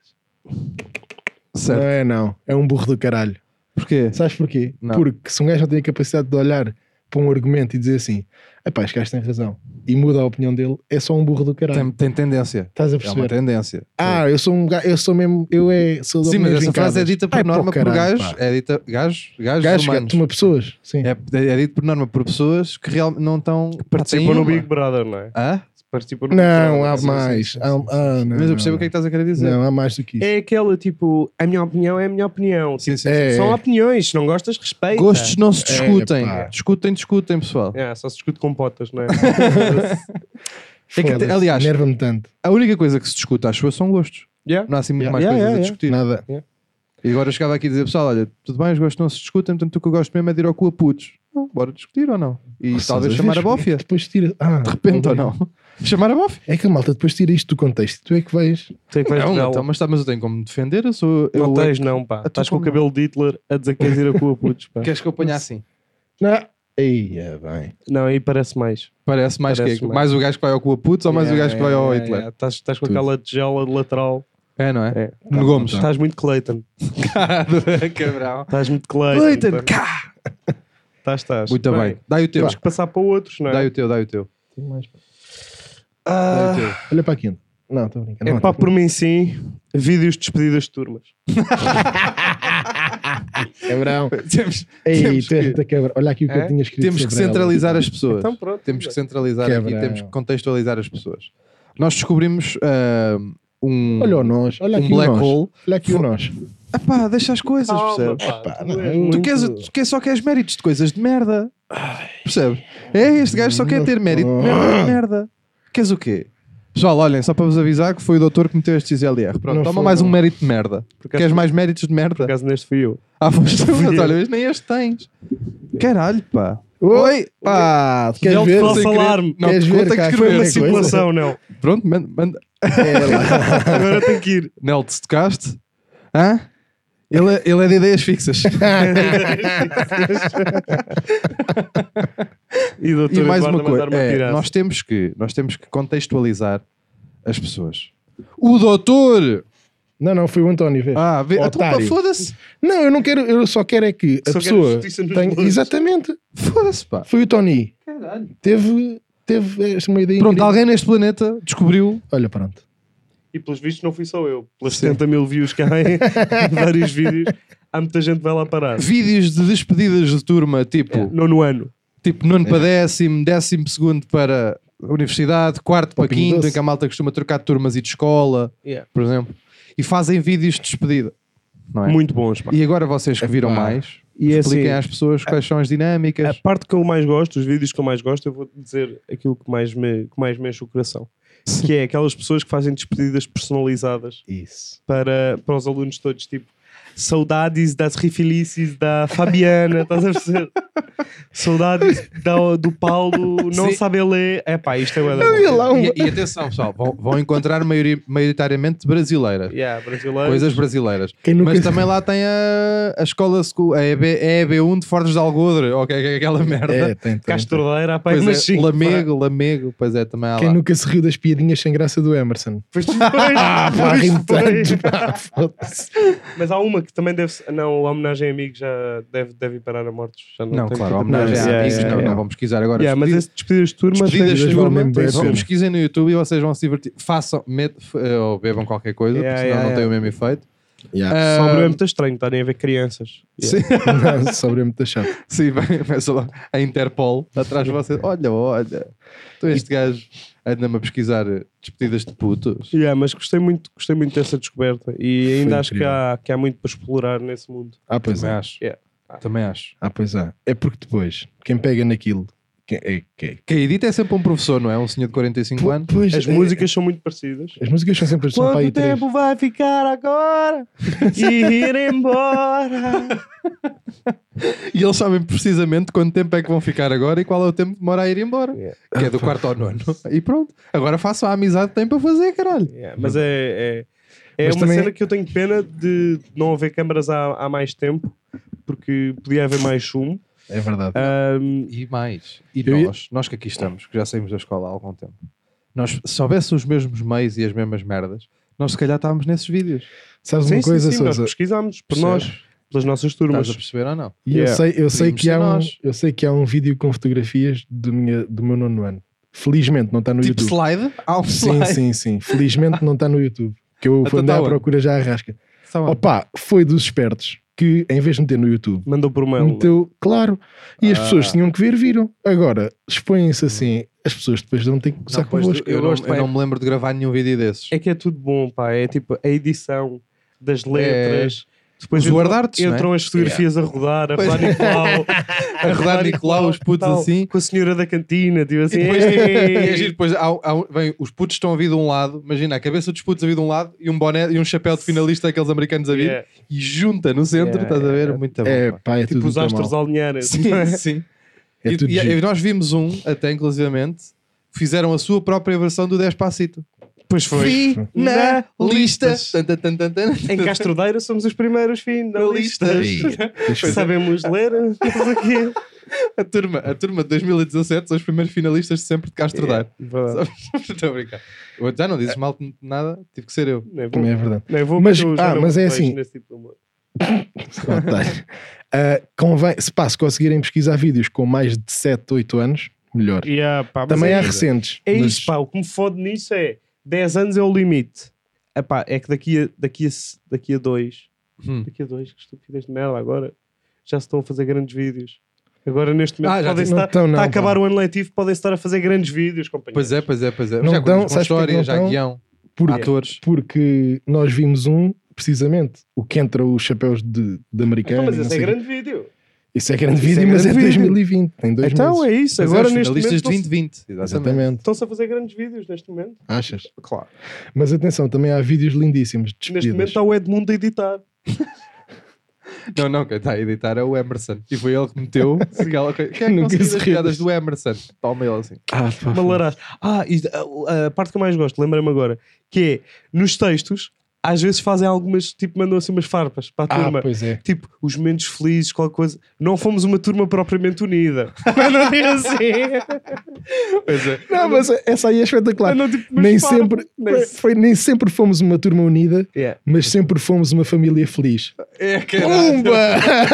Certo. Não é, não. É um burro do caralho. Porquê? Sabes porquê? Não. Porque se um gajo não tem a capacidade de olhar para um argumento e dizer assim, epá, este gajo tem razão, e muda a opinião dele, é só um burro do caralho. Tem, tem tendência. Estás a É uma perceber? tendência. Ah, eu sou um gajo, eu sou mesmo, eu é, sou de Sim, mas opiniões essa frase é vincadas. dita por Ai, pá, norma por caralho, gajos. pá. É dita. Gajos, gajos, Gajos, humanos. uma pessoas, sim. É, é dito por norma por pessoas que realmente não estão. Participam no Big Brother, não é? Ah? Participam no Big Não, Brother. há Sim, mais. sim, sim, Há- sim. ah, não, Mas eu percebo não, o que é que estás a querer dizer. Não, há mais do que isso. É aquela tipo, a minha opinião é a minha opinião. Sim, sim, É. sim. São opiniões, se não gostas, respeita. Gostos não se discutem. pá. discutem, discutem, pessoal. É, só se discute com potas, não é? É que, Foda-se, aliás, enerva-me tanto. a única coisa que se discute, acho eu, são gostos. Yeah. Não há assim muito Yeah. mais Yeah, coisas yeah, a discutir. Nada. E agora eu chegava aqui a dizer, pessoal, olha, tudo bem, os gostos não se discutem, portanto o que eu gosto mesmo é de ir ao cu a putos. Não, bora discutir ou não? E Nossa, talvez às chamar a vezes, bófia. Depois tira. Ah, De repente ou não? Chamar a bofe. É que a malta depois tira isto do contexto. Tu é que vais. Tu é que vais Não, vê-la. então, mas, tá, mas eu tenho como me defender. Eu sou. Eu Não é tens, que- não, pá. tu Estás com o como cabelo de Hitler a dizer que queres ir a Cuba Putos, pá. Queres que eu ponha assim? Não. Eia, bem. Não, aí parece mais. Parece mais Parece que mais. mais o gajo que vai ao Cuba Putos ou mais o gajo que vai ao É, Hitler? é, é. Estás estás com Tudo. aquela tigela de lateral. É, não é? É. Nuno Gomes. Tá. Estás muito Clayton. Cabrão. Estás muito Clayton. Clayton, pá. Estás, estás. Muito bem. Dá-lhe o teu. Temos que passar para outros, não é? Dá-lhe o teu, dá-lhe o teu. Tem mais. Ah, Dá-lhe o teu. Olha para aqui. Não, estou brincando. é Não, pá, tô- por mim sim. Vídeos de despedidas de turmas. Cabrão. Temos, Ei, temos tu és que- muita cabra. Olha aqui o que É? eu tinha escrito. temos que sobre ela. centralizar as pessoas. Então pronto. Temos que centralizar aqui, Cabrão. temos que contextualizar as pessoas. Nós descobrimos ah, um, Olha o nós. Olha um aqui black o nós. hole. Olha aqui o nós. Epá, deixa as coisas, Calma, percebes? pá, Epá, tu não, és tu muito- Tu, queres, tu queres, só queres méritos de coisas de merda. Percebes? É, este gajo só quer ter mérito de merda, de merda. Queres o quê? Pessoal, olhem, só para vos avisar que foi o doutor que meteu este X L R. Pronto, Não toma foi, mais não. um mérito de merda. Por acaso- Queres mais méritos de Por merda? acaso neste fui eu. Ah, foste tu, mas eu. olha, mas nem este tens. Caralho, pá. Oi! Pá, queres Ele ver? falou Sem querer. falar-me. Não, Queres te ver conta que cá? Foi uma escrever. coisa? simulação, não. Pronto, manda. manda. É lá. Agora tenho que ir. Nel, te tocaste? Hã? Ele é, ele é de ideias fixas. E, doutor E mais Eduardo uma a coisa, mandar uma é, pirata. nós, temos que, nós temos que contextualizar as pessoas. O doutor! Não, não, foi o António, vês? Ah, vê, então, pá, Otário. foda-se! Não, eu não quero, eu só quero é que a Só quero pessoa justiça nos tenha. bolos. Exatamente. Foda-se, pá. Foi o Tony. Caralho. Teve, teve esta uma ideia Pronto, incrível. alguém neste planeta descobriu. Olha, pronto. E pelos vistos não fui só eu. Pelas Sim. setenta mil views que há em vários vídeos, há muita gente que vai lá parar. Vídeos de despedidas de turma, tipo, Nono ano. tipo nono para décimo, décimo segundo para a universidade, quarto para Para o Pingo quinto, Doce. em que a malta costuma trocar de turmas e de escola, por exemplo. E fazem vídeos de despedida. Não é? Muito bons, pá. E agora vocês que viram Epá. mais, E é expliquem assim, às pessoas quais são as a dinâmicas. parte que eu mais gosto, os vídeos que eu mais gosto, eu vou dizer aquilo que mais me, que mais me enche o coração. Que é aquelas pessoas que fazem despedidas personalizadas Isso. para, para os alunos todos, tipo saudades das Rifilices da Fabiana, estás a perceber? Saudades da- do Paulo, não Sim. sabe ler. É pá, isto é bué da Havia bom. lá um. E, e atenção, pessoal, vão, vão encontrar maioria, maioritariamente brasileiras. Yeah, brasileiros. Coisas brasileiras. Quem nunca- Mas também lá tem a, a escola school, a E B, E B um de Fortes de Algodre, ou que é aquela merda. É, tem, tem, tem. Castordeira, pá, Pois mas é, sim. Lamego, Lamego, pois é, também há Quem lá. nunca se riu das piadinhas sem graça do Emerson? Pois foi, Ah, pá, pois rimo foi. tanto. Pá, foda-se. Mas há uma que também deve não, a homenagem a amigos já deve, deve ir parar a mortos. Já não, Não, tem claro, muita homenagem piada. a Yeah, amigos, yeah, não, yeah. não vamos pesquisar agora. Yeah, mas Despedi- esse despedidas de turmas despedidas tem- de João turma, mesmo tem bem som. cedo. pesquisem no YouTube e vocês vão se divertir. Façam, met, f- eh, ou bebam qualquer coisa, Yeah, porque senão yeah, não tem o yeah. mesmo efeito. Yeah. Só Ah, é muito estranho estarem a ver crianças. Sim, Não, sobre muito chato. sim, vem, começa lá a Interpol atrás de vocês. Olha, olha, então este gajo anda-me a pesquisar eh, despedidas de putos. Yeah, mas gostei muito, gostei muito dessa descoberta e ainda Foi acho que incrível. há, que há muito para explorar nesse mundo. Ah, pois Também é. acho. Yeah. Também acho. Ah, pois é. É porque depois, quem pega naquilo. Quem, é, quem, Quem edita é sempre um professor, não é? Um senhor de quarenta e cinco anos. Pois, As é, músicas são muito parecidas. As músicas são sempre são para aí Quanto três. tempo vai ficar agora e ir embora? E eles sabem precisamente quanto tempo é que vão ficar agora e qual é o tempo que demora a ir embora. Yeah. Que é do quarto ao nono. E pronto. Agora façam a amizade que têm para fazer, caralho. Yeah, mas é, é, é Mas uma também- cena que eu tenho pena de não haver câmaras há, há mais tempo, porque podia haver mais chumbo. É verdade. Ahm, E mais. E Eu ia- nós, nós que aqui estamos, que já saímos da escola há algum tempo, nós, se houvesse os mesmos meios e as mesmas merdas, nós se calhar estávamos nesses vídeos. Sabes sim, uma sim, coisa, sim, nós Sousa? pesquisámos por Percebes? nós, pelas nossas Estás turmas. a perceber ou não? E Yeah. eu sei, eu sei Podíamos que há ser um, nós. eu sei que há um vídeo com fotografias do, minha, do meu nono ano. Felizmente não está no Tipo YouTube. slide? Há um Sim, slide. sim, sim. Felizmente não está no YouTube. Que eu Então fui andar tá à onde? procura já arrasca. Tá bom. Opa, foi dos espertos que em vez de meter no YouTube, Mandou por mail. meteu, claro. E as Ah. pessoas tinham que ver, viram. Agora, expõem-se assim, as pessoas depois vão ter que começar Não, pois, convosco. eu, Eu não, gosto, eu é- não me lembro de gravar nenhum vídeo desses. É que é tudo bom, pá. É tipo a edição das letras. Depois Os entram, guardartes, não é? entram as fotografias a rodar, a Pois. rodar Nicolau, A rodar Nicolau, os putos tal, assim. com a senhora da cantina, tipo assim. E depois, "Ei". e é giro, depois há, há, vem, os putos estão a vir de um lado, imagina, a cabeça dos putos a vir de um lado e um boné e um chapéu de finalista daqueles americanos a vir Yeah. e junta no centro, Yeah, estás a ver? yeah. Muito bom. É, pá. pá, é Tipo tudo os muito astros mal. a alinharem. Sim, sim. É e, tudo e- giro. e nós vimos um, até inclusivamente, fizeram a sua própria versão do Despacito. Pois foi. Finalistas. Em Castrodeira somos os primeiros finalistas. Sabemos ler. Aqui. A turma, a turma de dois mil e dezassete são os primeiros finalistas de sempre de Castrodeiro. É, Estou a brincar. Eu já não dizes mal de nada, tive que ser eu. Não é, Também é verdade. Não é, vou Mas- porque eu já ah, não mas é vejo assim. nesse tipo de humor. uh, convém, se, pá, se conseguirem pesquisar vídeos com mais de sete, oito anos, melhor. Yeah, pá, mas Também é há isso. recentes. É mas- isso, pá. O que me fode nisso é dez anos é o limite. Epá, é que daqui a, daqui a, daqui a dois, Hum. daqui a dois, que estupidez de merda, agora já se estão a fazer grandes vídeos. Agora neste momento Ah, já podem te- não estar, estão, não, está a acabar pá. o ano letivo, podem estar a fazer grandes vídeos, companheiros. Pois é, pois é, pois é. Não já dão, com sabes porque história, não já dão? guião, Porque, atores. porque nós vimos um, precisamente, o que entra os chapéus de, de americano. Então, mas não esse é sei quê. grande vídeo. Isso é grande Isso vídeo, é mas é grande de vídeo. dois mil e vinte. Tem dois Então meses. é isso. Mas Agora é os neste finalistas momento de vinte e vinte. Exatamente. Exatamente. estão-se a fazer grandes vídeos neste momento. Achas? Claro. Mas atenção, também há vídeos lindíssimos de Neste despedidas. momento está o Edmundo a editar. Não, não, quem está a editar é o Emerson. E foi ele que meteu aquela coisa. Quem é que Nunca conseguiu se as riu piadas disso. do Emerson? Toma ele assim. Ah, pá, Malarás. Ah, e a, a parte que eu mais gosto, lembra-me agora, que é, nos textos, às vezes fazem algumas, tipo, mandam assim umas farpas para a ah, turma. pois é. Tipo, os momentos felizes, qualquer coisa. Não fomos uma turma propriamente unida. Mas não é assim. Pois é. Não, mas essa aí é espetacular. Mas não, tipo, umas nem, farpas. sempre, Nem foi, se- foi- nem sempre fomos uma turma unida, Yeah. mas sempre fomos uma família feliz. É, caralho. Pumba!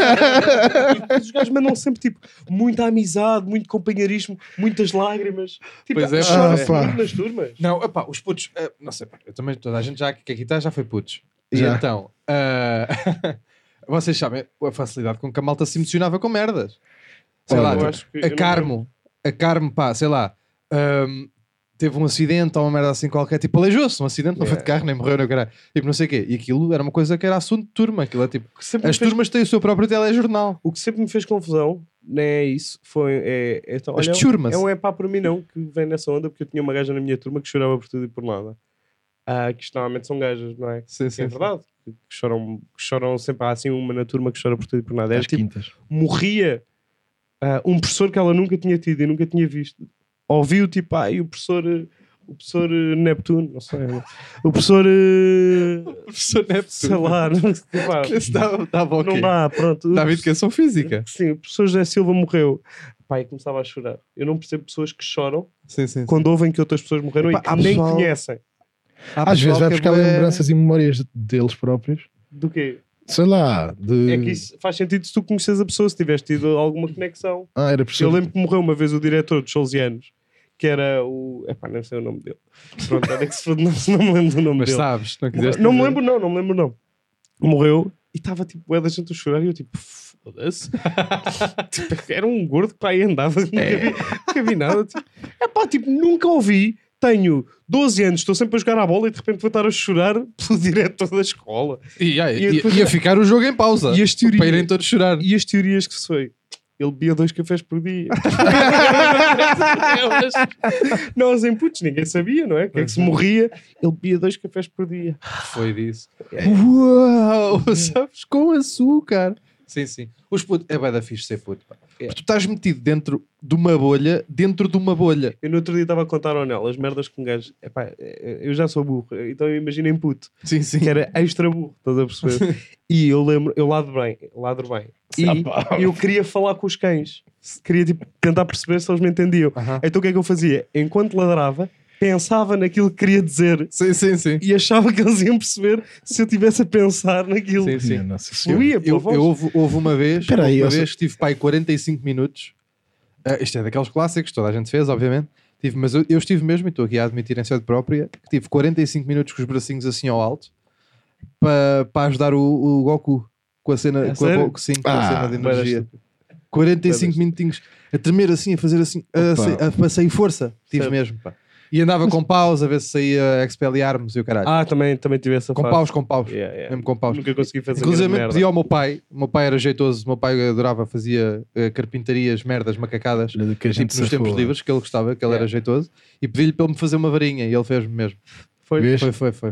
E os gajos mandam sempre, tipo, muita amizade, muito companheirismo, muitas lágrimas. Tipo, Pois é, chora-se ah, pá. muito nas turmas. Não, epá, os putos, eh, não sei, pá, eu também, toda a gente já que aqui está já foi putos. E Já. então, ah, vocês sabem a facilidade com que a malta se emocionava com merdas. Sei Olha, lá, eu tipo, acho que eu a não Carmo, a Carmo, pá, sei lá, ahm, teve um acidente ou uma merda assim qualquer, tipo, aleijou-se, um acidente, não foi de Yeah. carro, nem morreu, nem caralho, tipo, não sei o quê. E aquilo era uma coisa que era assunto de turma, aquilo é tipo, que sempre me as fez- turmas têm o seu próprio telejornal. O que sempre me fez confusão, não é isso, foi... É, é, então, As olha, turmas. é um é pá para mim não, que vem nessa onda, porque eu tinha uma gaja na minha turma que chorava por tudo e por nada. Ah, que isto normalmente são gajas, não é? Sim, Que sim, é sim. verdade. Que choram, que choram sempre. Há assim uma na turma que chora por tudo e por nada. Era Às tipo, quintas. morria ah, um professor que ela nunca tinha tido e nunca tinha visto. Ouviu tipo, ah, e o professor, eh, o professor eh, Neptuno, não sei, o professor, eh, Professor Neptuno. sei lá, não, pá, Esse dava, dava o não quê? dá, pronto. O Dava prof- educação física. Sim, o professor José Silva morreu. Pá, e começava a chorar. Eu não percebo pessoas que choram Sim, sim. sim. quando ouvem que outras pessoas morreram Epá, e que há nem pessoal- conhecem. Há Às vezes pessoal vai que é buscar bué- lembranças e memórias deles próprios. Do quê? Sei lá, de... É que isso faz sentido se tu conheces a pessoa, se tiveres tido alguma conexão. Ah, era Eu professor. lembro que morreu uma vez o diretor dos Salesianos, que era o. Epá, não sei o nome dele. Pronto, olha que se foda, não, não me lembro do nome Mas dele. sabes, não quiseste Não me dizer. lembro, não, não me lembro, não. Morreu e estava tipo, é da gente a chorar e eu tipo, foda-se. Tipo, era um gordo que para aí andava, nunca, vi, nunca vi nada. Tipo, epá, tipo, nunca ouvi. Tenho doze anos, estou sempre a jogar à bola e de repente vou estar a chorar pelo diretor da escola. E, ah, E ia, depois- ia ficar o jogo em pausa. E as teorias- Para irem todos chorar. E as teorias que se foi? Ele bebia dois cafés por dia. Nós em putos, ninguém sabia, não é? Que é que se morria, ele bebia dois cafés por dia. Foi disso. Uau! Sabes? Com açúcar. Sim, sim. Os putos. É bem da fixe ser puto. Pá. É. Porque tu estás metido dentro de uma bolha, dentro de uma bolha. Eu no outro dia estava a contar ao Nel as merdas com um gajo. Epá, eu já sou burro, então imaginem puto, Sim, sim. que era extra burro, estás a perceber? E eu lembro, eu ladro bem, ladro bem. E eu queria falar com os cães, queria tipo, tentar perceber se eles me entendiam. Aham. Então o que é que eu fazia? Enquanto ladrava, pensava naquilo que queria dizer Sim, sim, sim. e achava que eles iam perceber se eu estivesse a pensar naquilo. Sim, sim. Minha Nossa Senhora. Fluía pela Eu, voz. eu houve, houve uma vez, Espera aí, houve uma eu sei- vez que tive pai quarenta e cinco minutos. Ah, isto é daqueles clássicos, toda a gente fez, obviamente. Tive, mas eu, eu estive mesmo, e estou aqui a admitir em sede própria, que tive quarenta e cinco minutos com os bracinhos assim ao alto para pa ajudar o, o Goku com a cena, É com a, sério? sim, com Ah, a cena de bué da energia. estúpido. quarenta e cinco Bué da minutinhos a tremer assim, a fazer assim, a, Opa. sa- a, a sair força. Tive Certo. mesmo, pá. E andava com paus a ver se saía Expelliarmus e o caralho. Ah, também, também tive essa com fase. paus, com paus. Yeah, yeah. Mesmo com paus. Nunca consegui fazer Inclusive grande merda. pedi ao meu pai, o meu pai era jeitoso, o meu pai adorava, fazia eh, carpintarias, merdas, macacadas, Olha do que a gente tipo, nos safou. tempos livres, que ele gostava, que ele Yeah. era jeitoso, e pedi-lhe para ele me fazer uma varinha, e ele fez-me mesmo. Foi? Vês? Foi, foi, foi, foi.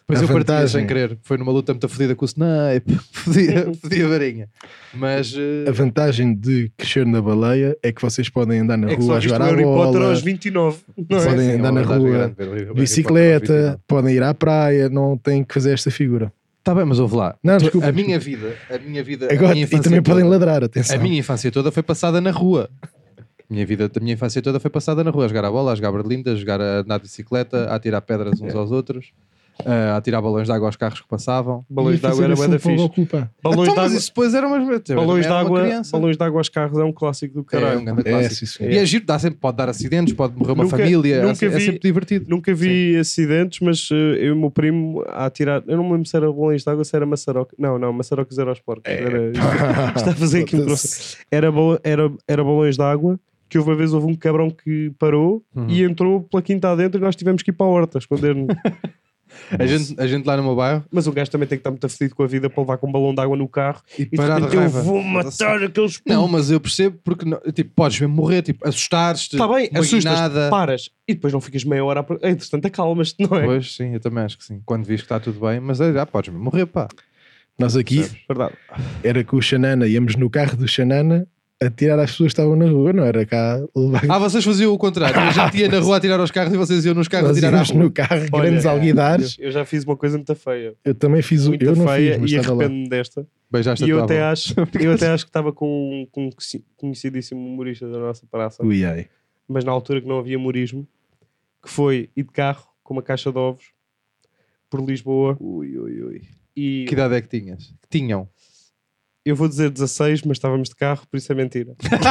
Depois A eu partilhei vantagem- sem querer. Foi numa luta muito fodida com o Snape. Fodia, fodia a varinha. Mas... eh, A vantagem de crescer na baleia é que vocês podem andar na É que rua só a viste o jogar à Harry Potter bola, aos vinte e nove. Não é? podem sim, é andar uma na vantagem rua, grande ver o Harry Potter aos bicicleta, vinte e nove. podem ir à praia, não têm que fazer esta figura. Tá bem, mas ouve lá. Não, Tu- desculpa, a desculpa. minha vida, a minha vida, a Agora, minha e infância também podem toda- ladrar, atenção. A minha infância toda foi passada na rua. A minha vida, a minha infância toda foi passada na rua, a jogar a bola, a jogar berlinda, a jogar a andar de bicicleta, a atirar pedras uns aos outros, a atirar balões de água aos carros que passavam. Balões E de água fazer era assim bué da fogo fixe. ao culpa. Balões Então, de mas água, isso depois era umas... balões de era uma água, criança. balões de água aos carros é um clássico do É caralho. um grande É, clássico. sim, sim. E é giro, dá sempre, pode dar acidentes, pode morrer uma Nunca- família, nunca é, vi- é sempre divertido. Nunca vi acidentes, mas eh, eu e o meu primo a atirar. Eu não me lembro se era balões de água, se era maçaroca. Não, não, maçarocas era aos porcos. Era, está a fazer aquilo que não sei. Era, balo- era, era balões de água. Que houve uma vez houve um cabrão que parou Uhum. e entrou pela quinta adentro e nós tivemos que ir para a horta esconder. A gente, a gente lá no meu bairro Mas o gajo também tem que estar muito aflito com a vida para levar com um balão de água no carro e e de parar de repente eu raiva. vou matar aqueles. Não, mas eu percebo porque não- tipo, podes mesmo morrer, tipo, assustar-te, Está bem, uma assustas, guinada. paras e depois não ficas meia hora. A... pro- Entretanto, acalmas-te, não é? Pois sim, eu também acho que sim. Quando vês que está tudo bem, mas é, já podes mesmo morrer, pá. Nós aqui Verdade. era com o Xanana, íamos no carro do Xanana a tirar as pessoas que estavam na rua, não era cá levar. Ah, vocês faziam o contrário. A gente ia na rua a tirar aos carros e vocês iam nos carros a Nós tirar à íamos rua. no carro, Olha, grandes alguidares. Eu já fiz uma coisa muito feia. Eu também fiz o. Muito Eu não feia fiz, mas e estava lá. arrependo-me desta. Beijaste E a eu tua até, avó. acho, eu até acho que estava com, com um conhecidíssimo humorista da nossa praça, Ui, ai. mas na altura que não havia humorismo, que foi ir de carro com uma caixa de ovos por Lisboa. Ui, ui, ui. E Que idade é que tinhas? Que tinham? eu vou dizer dezasseis, mas estávamos de carro, por isso é mentira.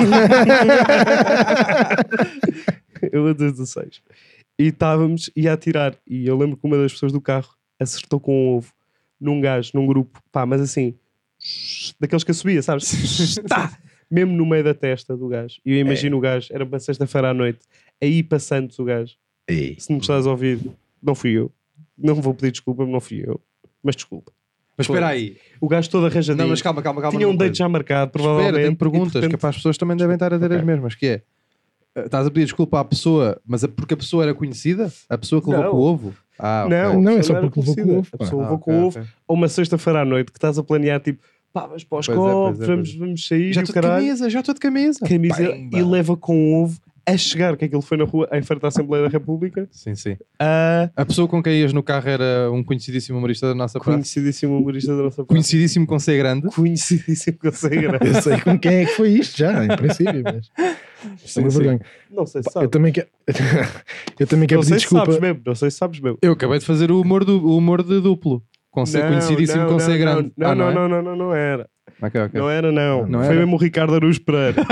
Eu vou dizer dezasseis. E estávamos, ia atirar. E eu lembro que uma das pessoas do carro acertou com um ovo num gajo, num grupo, pá, mas assim, daqueles que eu subia, sabes? Tá! Mesmo no meio da testa do gajo. E eu imagino o gajo, era uma sexta-feira à noite, aí passando o gajo. Ei. Se me estás a ouvir, não fui eu. Não vou pedir desculpa, mas não fui eu. Mas desculpa. Mas espera aí. O gajo todo arranjadinho. Não, mas calma, calma, calma. Tinha um numa date coisa. já marcado, provavelmente. Espera, tem e de perguntas, repente- que é para as pessoas também devem estar a ter as mesmas, que é, eh, estás a pedir desculpa à pessoa, mas é porque a pessoa era conhecida? A pessoa que levou Não. com o ovo? Ah, ok. Não, Não, é a só pessoa porque era levou com o conhecida. ovo, A pá. pessoa Ah, levou ok, com o ovo. ok. Ou uma sexta-feira à noite que estás a planear, tipo, pá, vamos para os Pois é, copos, pois é, vamos, pois é. vamos sair Já e o estou de caralho. camisa, já estou de camisa. Camisa Pimba. e leva com o ovo a chegar, que aquilo foi na rua, em frente da Assembleia da República, Sim, sim. a A pessoa com quem ias no carro era um conhecidíssimo humorista da nossa praça. conhecidíssimo humorista da nossa praça. Conhecidíssimo com C grande. Conhecidíssimo que eu sei, era. Eu sei com quem é que foi isto já, em princípio, mas. Isto é uma Sim, sim. vergonha. Não sei se Pá, sabes. Eu também quero. Eu também quero Não pedir sei se desculpa. sabes mesmo, não sei se sabes mesmo. Eu acabei de fazer o humor, do, o humor de duplo. Com C Não, conhecidíssimo não, com não, C grande. Não, Ah, não, é? não, não, não, não era. Ok, ok. Não era, não. Não Foi era? mesmo o Ricardo Aruz Pereira.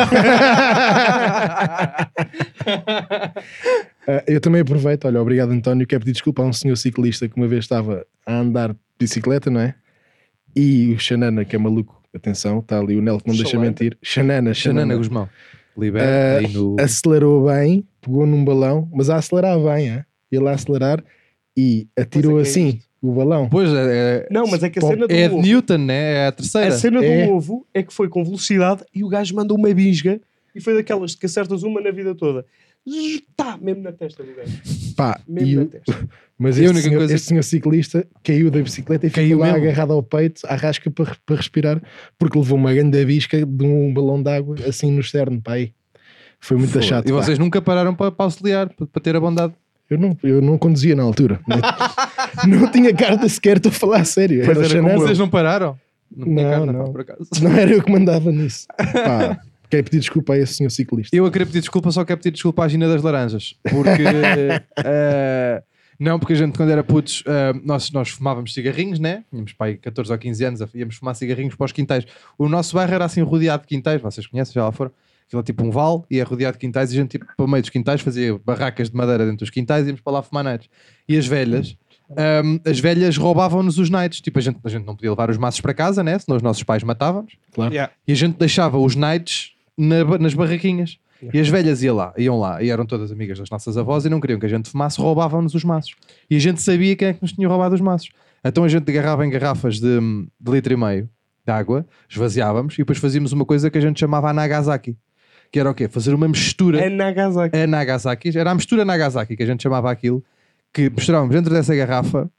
Ah, eu também aproveito, olha, obrigado António, quero pedir desculpa a um senhor ciclista que uma vez estava a andar de bicicleta, não é? E o Xanana, que é maluco, atenção, está ali o Nel que não deixa Xalana. mentir. Xanana, Xanana Xanana. Guzmão. Libera Ah, aí no... Acelerou bem, pegou num balão, mas a acelerar bem, é? Ele a acelerar e atirou Pois é que é assim o balão. Pois é, é, Não, mas é que a Pô, cena do é de ovo, Newton, né? É a terceira. a cena É. do ovo é que foi com velocidade e o gajo mandou uma bisga e foi daquelas que acertas uma na vida toda. Está mesmo na testa do gajo. Pá, Mesmo e na o- testa. mas E a este, única senhor, coisa este senhor ciclista caiu da bicicleta e Caiu ficou lá mesmo. agarrado ao peito, à rasca para, para respirar, porque levou uma grande bisca de um balão de água assim no externo, pá, aí. Foi muito Foda. chato. E pá. vocês nunca pararam para, para auxiliar, para, para ter a bondade. Eu, não, eu não conduzia na altura. Não, não tinha carta sequer, estou a falar a sério. Pois Era o era como Xanana. Vocês não pararam? Não, tinha Não, carta, não. pá, por acaso. Não era eu que mandava nisso. Pá, quero pedir desculpa a esse senhor ciclista. Eu a querer pedir desculpa, só quero pedir desculpa à Gina das Laranjas. Porque. eh, não, porque a gente, quando era putos, eh, nós, nós fumávamos cigarrinhos, né? Tínhamos pai catorze ou quinze anos, íamos fumar cigarrinhos para os quintais. O nosso bairro era assim rodeado de quintais, vocês conhecem, já lá foram. Aquilo é tipo um vale e é rodeado de quintais e a gente, tipo, para o meio dos quintais, fazia barracas de madeira dentro dos quintais e íamos para lá fumar nights. E as velhas. ehm, as velhas roubavam-nos os nights. Tipo, a gente, a gente não podia levar os maços para casa, né? Senão os nossos pais matavam-nos. Claro. Yeah. E a gente deixava os nights na ba- nas barraquinhas. E as velhas iam lá, iam lá, e eram todas amigas das nossas avós e não queriam que a gente fumasse, roubavam-nos os maços. E a gente sabia quem é que nos tinha roubado os maços. Então a gente agarrava em garrafas de, de litro e meio de água, esvaziávamos e depois fazíamos uma coisa que a gente chamava a Nagasaki. Que era o quê? Fazer uma mistura. É Nagasaki. É Nagasaki, era a mistura Nagasaki que a gente chamava aquilo, que misturávamos dentro dessa garrafa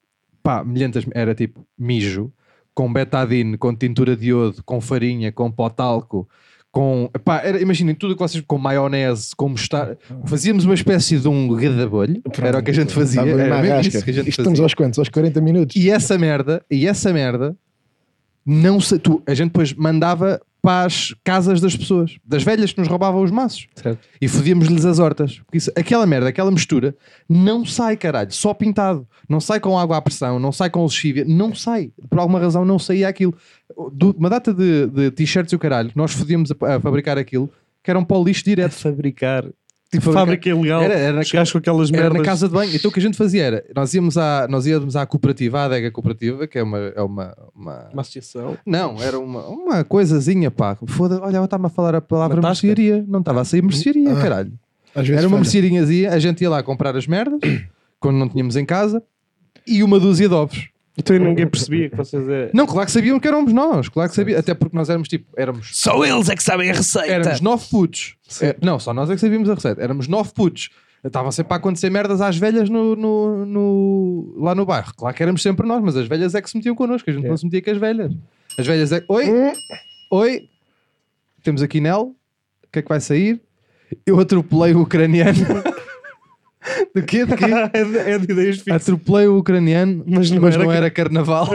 pá, milhentas, era tipo mijo, com betadine, com tintura de iodo, com farinha, com pó talco, com, pá, era, imaginem tudo o que vocês, com maionese, com mostarda, fazíamos uma espécie de um redabolho, era o que a gente fazia, Estava era na mesmo rasca. isso que a gente Isto Estamos fazia. aos quantos? Aos quarenta minutos. E essa merda, e essa merda, não sei, tu, a gente depois mandava para as casas das pessoas, das velhas que nos roubavam os maços. Certo. E fodíamos-lhes as hortas. Porque isso, aquela merda, aquela mistura, não sai, caralho. Só pintado. Não sai com água à pressão, não sai com lexívia, não sai. Por alguma razão não saía aquilo. Do, uma data de, de t-shirts e o caralho, nós fodíamos a, a fabricar aquilo, que era um pó lixo A direto. fabricar. Tipo, Fabricar- fábrica ilegal. Era- era na- Os gajos com aquelas Era merdas. na casa de banho. Então o que a gente fazia era, nós íamos à, nós íamos à cooperativa, à adega cooperativa, que é uma... É uma, uma... Uma associação. Não, era uma, uma coisazinha, pá. Foda, olha, eu estava a falar a palavra Uma tasca? mercearia. Não estava a sair mercearia, Ah. caralho. Às vezes Era uma falha. mercearinhazinha, a gente ia lá comprar as merdas, quando não tínhamos em casa, e uma dúzia de ovos. Então ninguém percebia que vocês é... Não, claro que sabiam que éramos nós, claro que sabiam, até porque nós éramos tipo, éramos, Só eles é que sabem a receita. éramos nove putos. É, não, só nós é que sabíamos a receita. Éramos nove putos. Estavam sempre a acontecer merdas às velhas no, no, no- lá no bairro. Claro que éramos sempre nós, mas as velhas é que se metiam connosco, a gente É. não se metia com as velhas. As velhas é oi, oi, temos aqui Nel, o que é que vai sair? Eu atropelei o ucraniano. Do quê? Do quê? é, de, é de ideias fixas. Atropelei o ucraniano, mas não, Mas não era, era carnaval.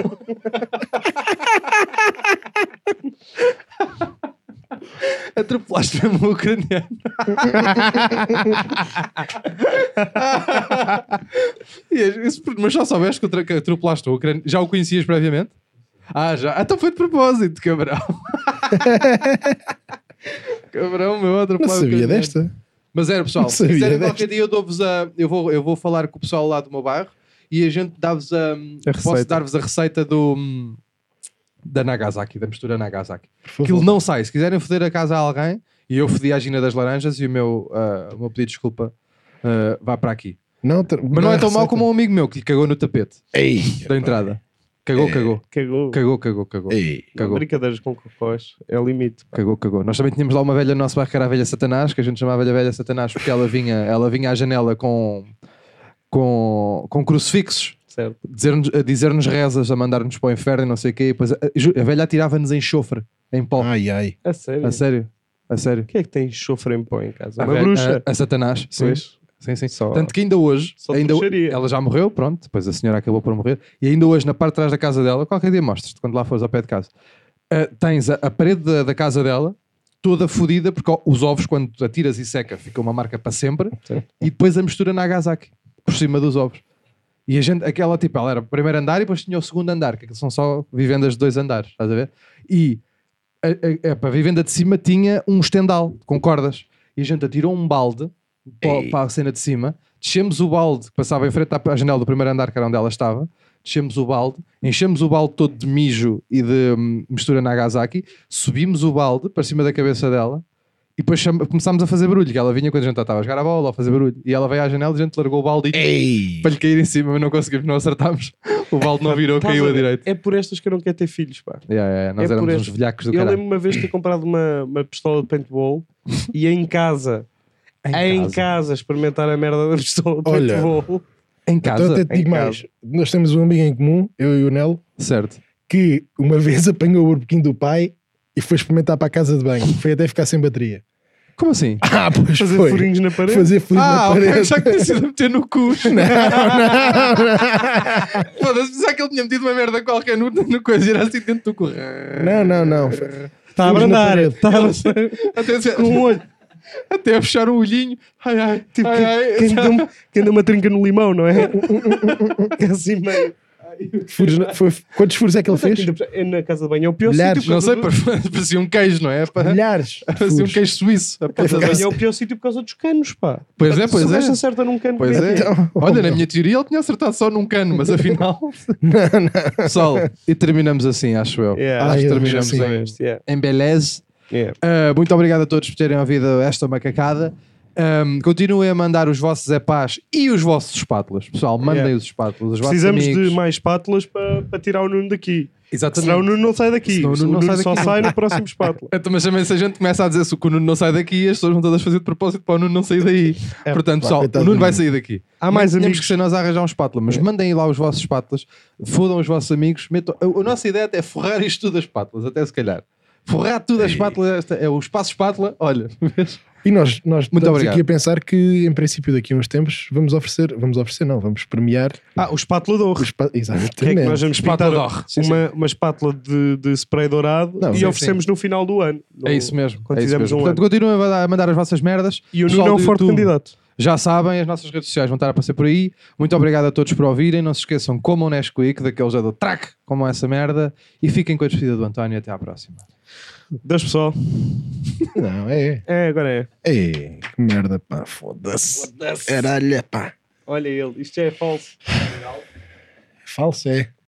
Atropelaste mesmo o ucraniano. E isso- mas já soubeste que atra- que atropelaste o ucraniano. Já o conhecias previamente? Ah, já. Então foi de propósito, cabrão. Cabrão, meu, Não atropelado o sabia ucraniano. desta. Mas era, pessoal, Não se sabia quiserem desta. qualquer dia eu dou-vos a... Eu vou, eu vou falar com o pessoal lá do meu bairro e a gente dá-vos a... A posso receita. dar-vos a receita do... da Nagasaki, da mistura Nagasaki. Por favor. Aquilo não sai. Se quiserem foder a casa a alguém, e eu fodi a Gina das Laranjas e o meu, ah, o meu pedido de desculpa ah, vai para aqui. Não, ter- Mas não dá é a tão mau receita. como um amigo meu que lhe cagou no tapete Ei, da entrada. Cagou, cagou. Cagou. Cagou, cagou, cagou. Ei. Cagou. Brincadeiras com cocós. É o limite. pá. Cagou, cagou. Nós também tínhamos lá uma velha no nosso bairro que era a velha Satanás, que a gente chamava-lhe a velha Satanás porque ela vinha, ela vinha à janela com, com, com crucifixos, Certo. dizer-nos, a dizer-nos rezas, a mandar-nos para o inferno e não sei o quê. E depois a, a velha atirava-nos em enxofre, em pó. Ai, ai. A sério. A sério, a sério. Quem é que tem chofre em pó em casa? A, Uma velha- bruxa. a, a Satanás, sim. Pois. Sim, sim. Só- Tanto que ainda hoje, só de ainda, bruxaria. ela já morreu, pronto, depois a senhora acabou por morrer, e ainda hoje, na parte de trás da casa dela, qualquer dia mostras-te, quando lá fores ao pé de casa, ah, tens a, a parede da, da casa dela toda fodida, porque ó, os ovos, quando atiras e seca, fica uma marca para sempre, Sim. e depois a mistura Nagasaki, por cima dos ovos. E a gente, aquela tipo, ela era o primeiro andar e depois tinha o segundo andar, que aquilo são só vivendas de dois andares, estás a ver? E a, a, a, a vivenda de cima tinha um estendal com cordas, e a gente atirou um balde para, Ei. para a cena de cima, descemos o balde que passava em frente à, à janela do primeiro andar, que era onde ela estava, descemos o balde, enchemos o balde todo de mijo e de hum, mistura Nagasaki, subimos o balde para cima da cabeça dela e depois chama- começámos a fazer barulho, que ela vinha quando a gente estava a jogar a bola, a fazer barulho, e ela veio à janela e a gente largou o balde e Ei. para lhe cair em cima, mas não conseguimos, não acertámos. O balde não virou, Estás caiu a a ver? direito. É por estas que eu não quero ter filhos, pá. Yeah, yeah, nós É por éramos uns este. velhacos do Eu caralho. lembro uma vez de ter comprado uma, uma pistola de paintball e em casa, em, casa. casa, experimentar a merda da pistola de Olha. paintball. Em Então casa? até te digo em mais. Nós temos um amigo em comum, eu e o Nelo, Certo. que uma vez apanhou o barbequinho do pai e foi experimentar para a casa de banho. Foi até ficar sem bateria. Como assim? Ah, pois Fazer foi. furinhos na parede. Fazer furinhos Ah, na ok, parede. já que tinha sido a meter no cu. Não, não, Foda-se, pensava que ele tinha metido uma merda qualquer no, no coisa e era assim dentro do cu. não. Não, não, não. Está a Furos na abrandar. parede. Está a Até, com um olho. até a fechar o olhinho. Ai, ai, Tipo, ai, quem, ai. quem, deu, quem deu uma trinca no limão, não é? Que é assim meio. Furos na- foi- Quantos furos é que ele fez? É na casa de banho. É o pior Milhares. sítio. Não sei, por causa do- parecia parecia um queijo, não é? Pa- Milhares. Parecia um Furos. queijo suíço. A A casa de ponta banho da- é o pior sítio por causa dos canos, pá. Pois é, Se pois o gajo é. acerta num cano, Pois é. Então, Olha, na oh, minha teoria ele tinha acertado só num cano, mas afinal. Não, não. Pessoal, e terminamos assim, acho eu. Yeah. Acho Ah, que eu terminamos acho que em, Este, yeah. em beleza. Yeah. Uh, muito obrigado a todos por terem ouvido esta macacada. Um, continuem a mandar os vossos epás e os vossos espátulas. Pessoal, mandem Yeah. os espátulas. Os vossos Precisamos amigos. de mais espátulas para para tirar o Nuno daqui. Exatamente. Senão o Nuno não sai daqui. Senão o O Nuno Nuno, não sai só daqui. sai no próximo espátula. Então, mas também se a gente começa a dizer se o Nuno não sai daqui, as pessoas vão todas fazer de propósito para o Nuno não sair daí. É, Portanto, pá, pessoal, coitado o Nuno do vai Nuno. sair daqui. Há mais Temos amigos. que ser nós a arranjar um espátula, mas mandem lá os vossos espátulas, fodam os vossos amigos. Metam... A, a nossa ideia é forrar isto tudo as espátulas, até se calhar. Forrar tudo as espátulas, esta- é o espaço espátula. Olha, vês? E nós, nós Muito estamos obrigado. aqui a pensar que, em princípio, daqui a uns tempos, vamos oferecer, vamos oferecer, não, vamos premiar Ah, o espátula de o ouro. espa... Exatamente. Que é que nós vamos Espátula pintar de ouro. Sim, uma, uma espátula de, de spray dourado Não, e sim, oferecemos no final do ano. É isso mesmo. Quando é isso fizermos mesmo. um Portanto, ano. continuem a mandar- a mandar as vossas merdas. E o Pessoal Nuno é um do forte YouTube, candidato. Já sabem, as nossas redes sociais vão estar a passar por aí. Muito obrigado a todos por ouvirem. Não se esqueçam, comam o Nesquik, daqueles já do track, como essa merda. E fiquem com a despedida do António. Até à próxima. Deus pessoal. Não, é. É, agora é. É, que merda, pá, foda-se. Caralho, pá. Olha ele, isto já é falso. Falso é.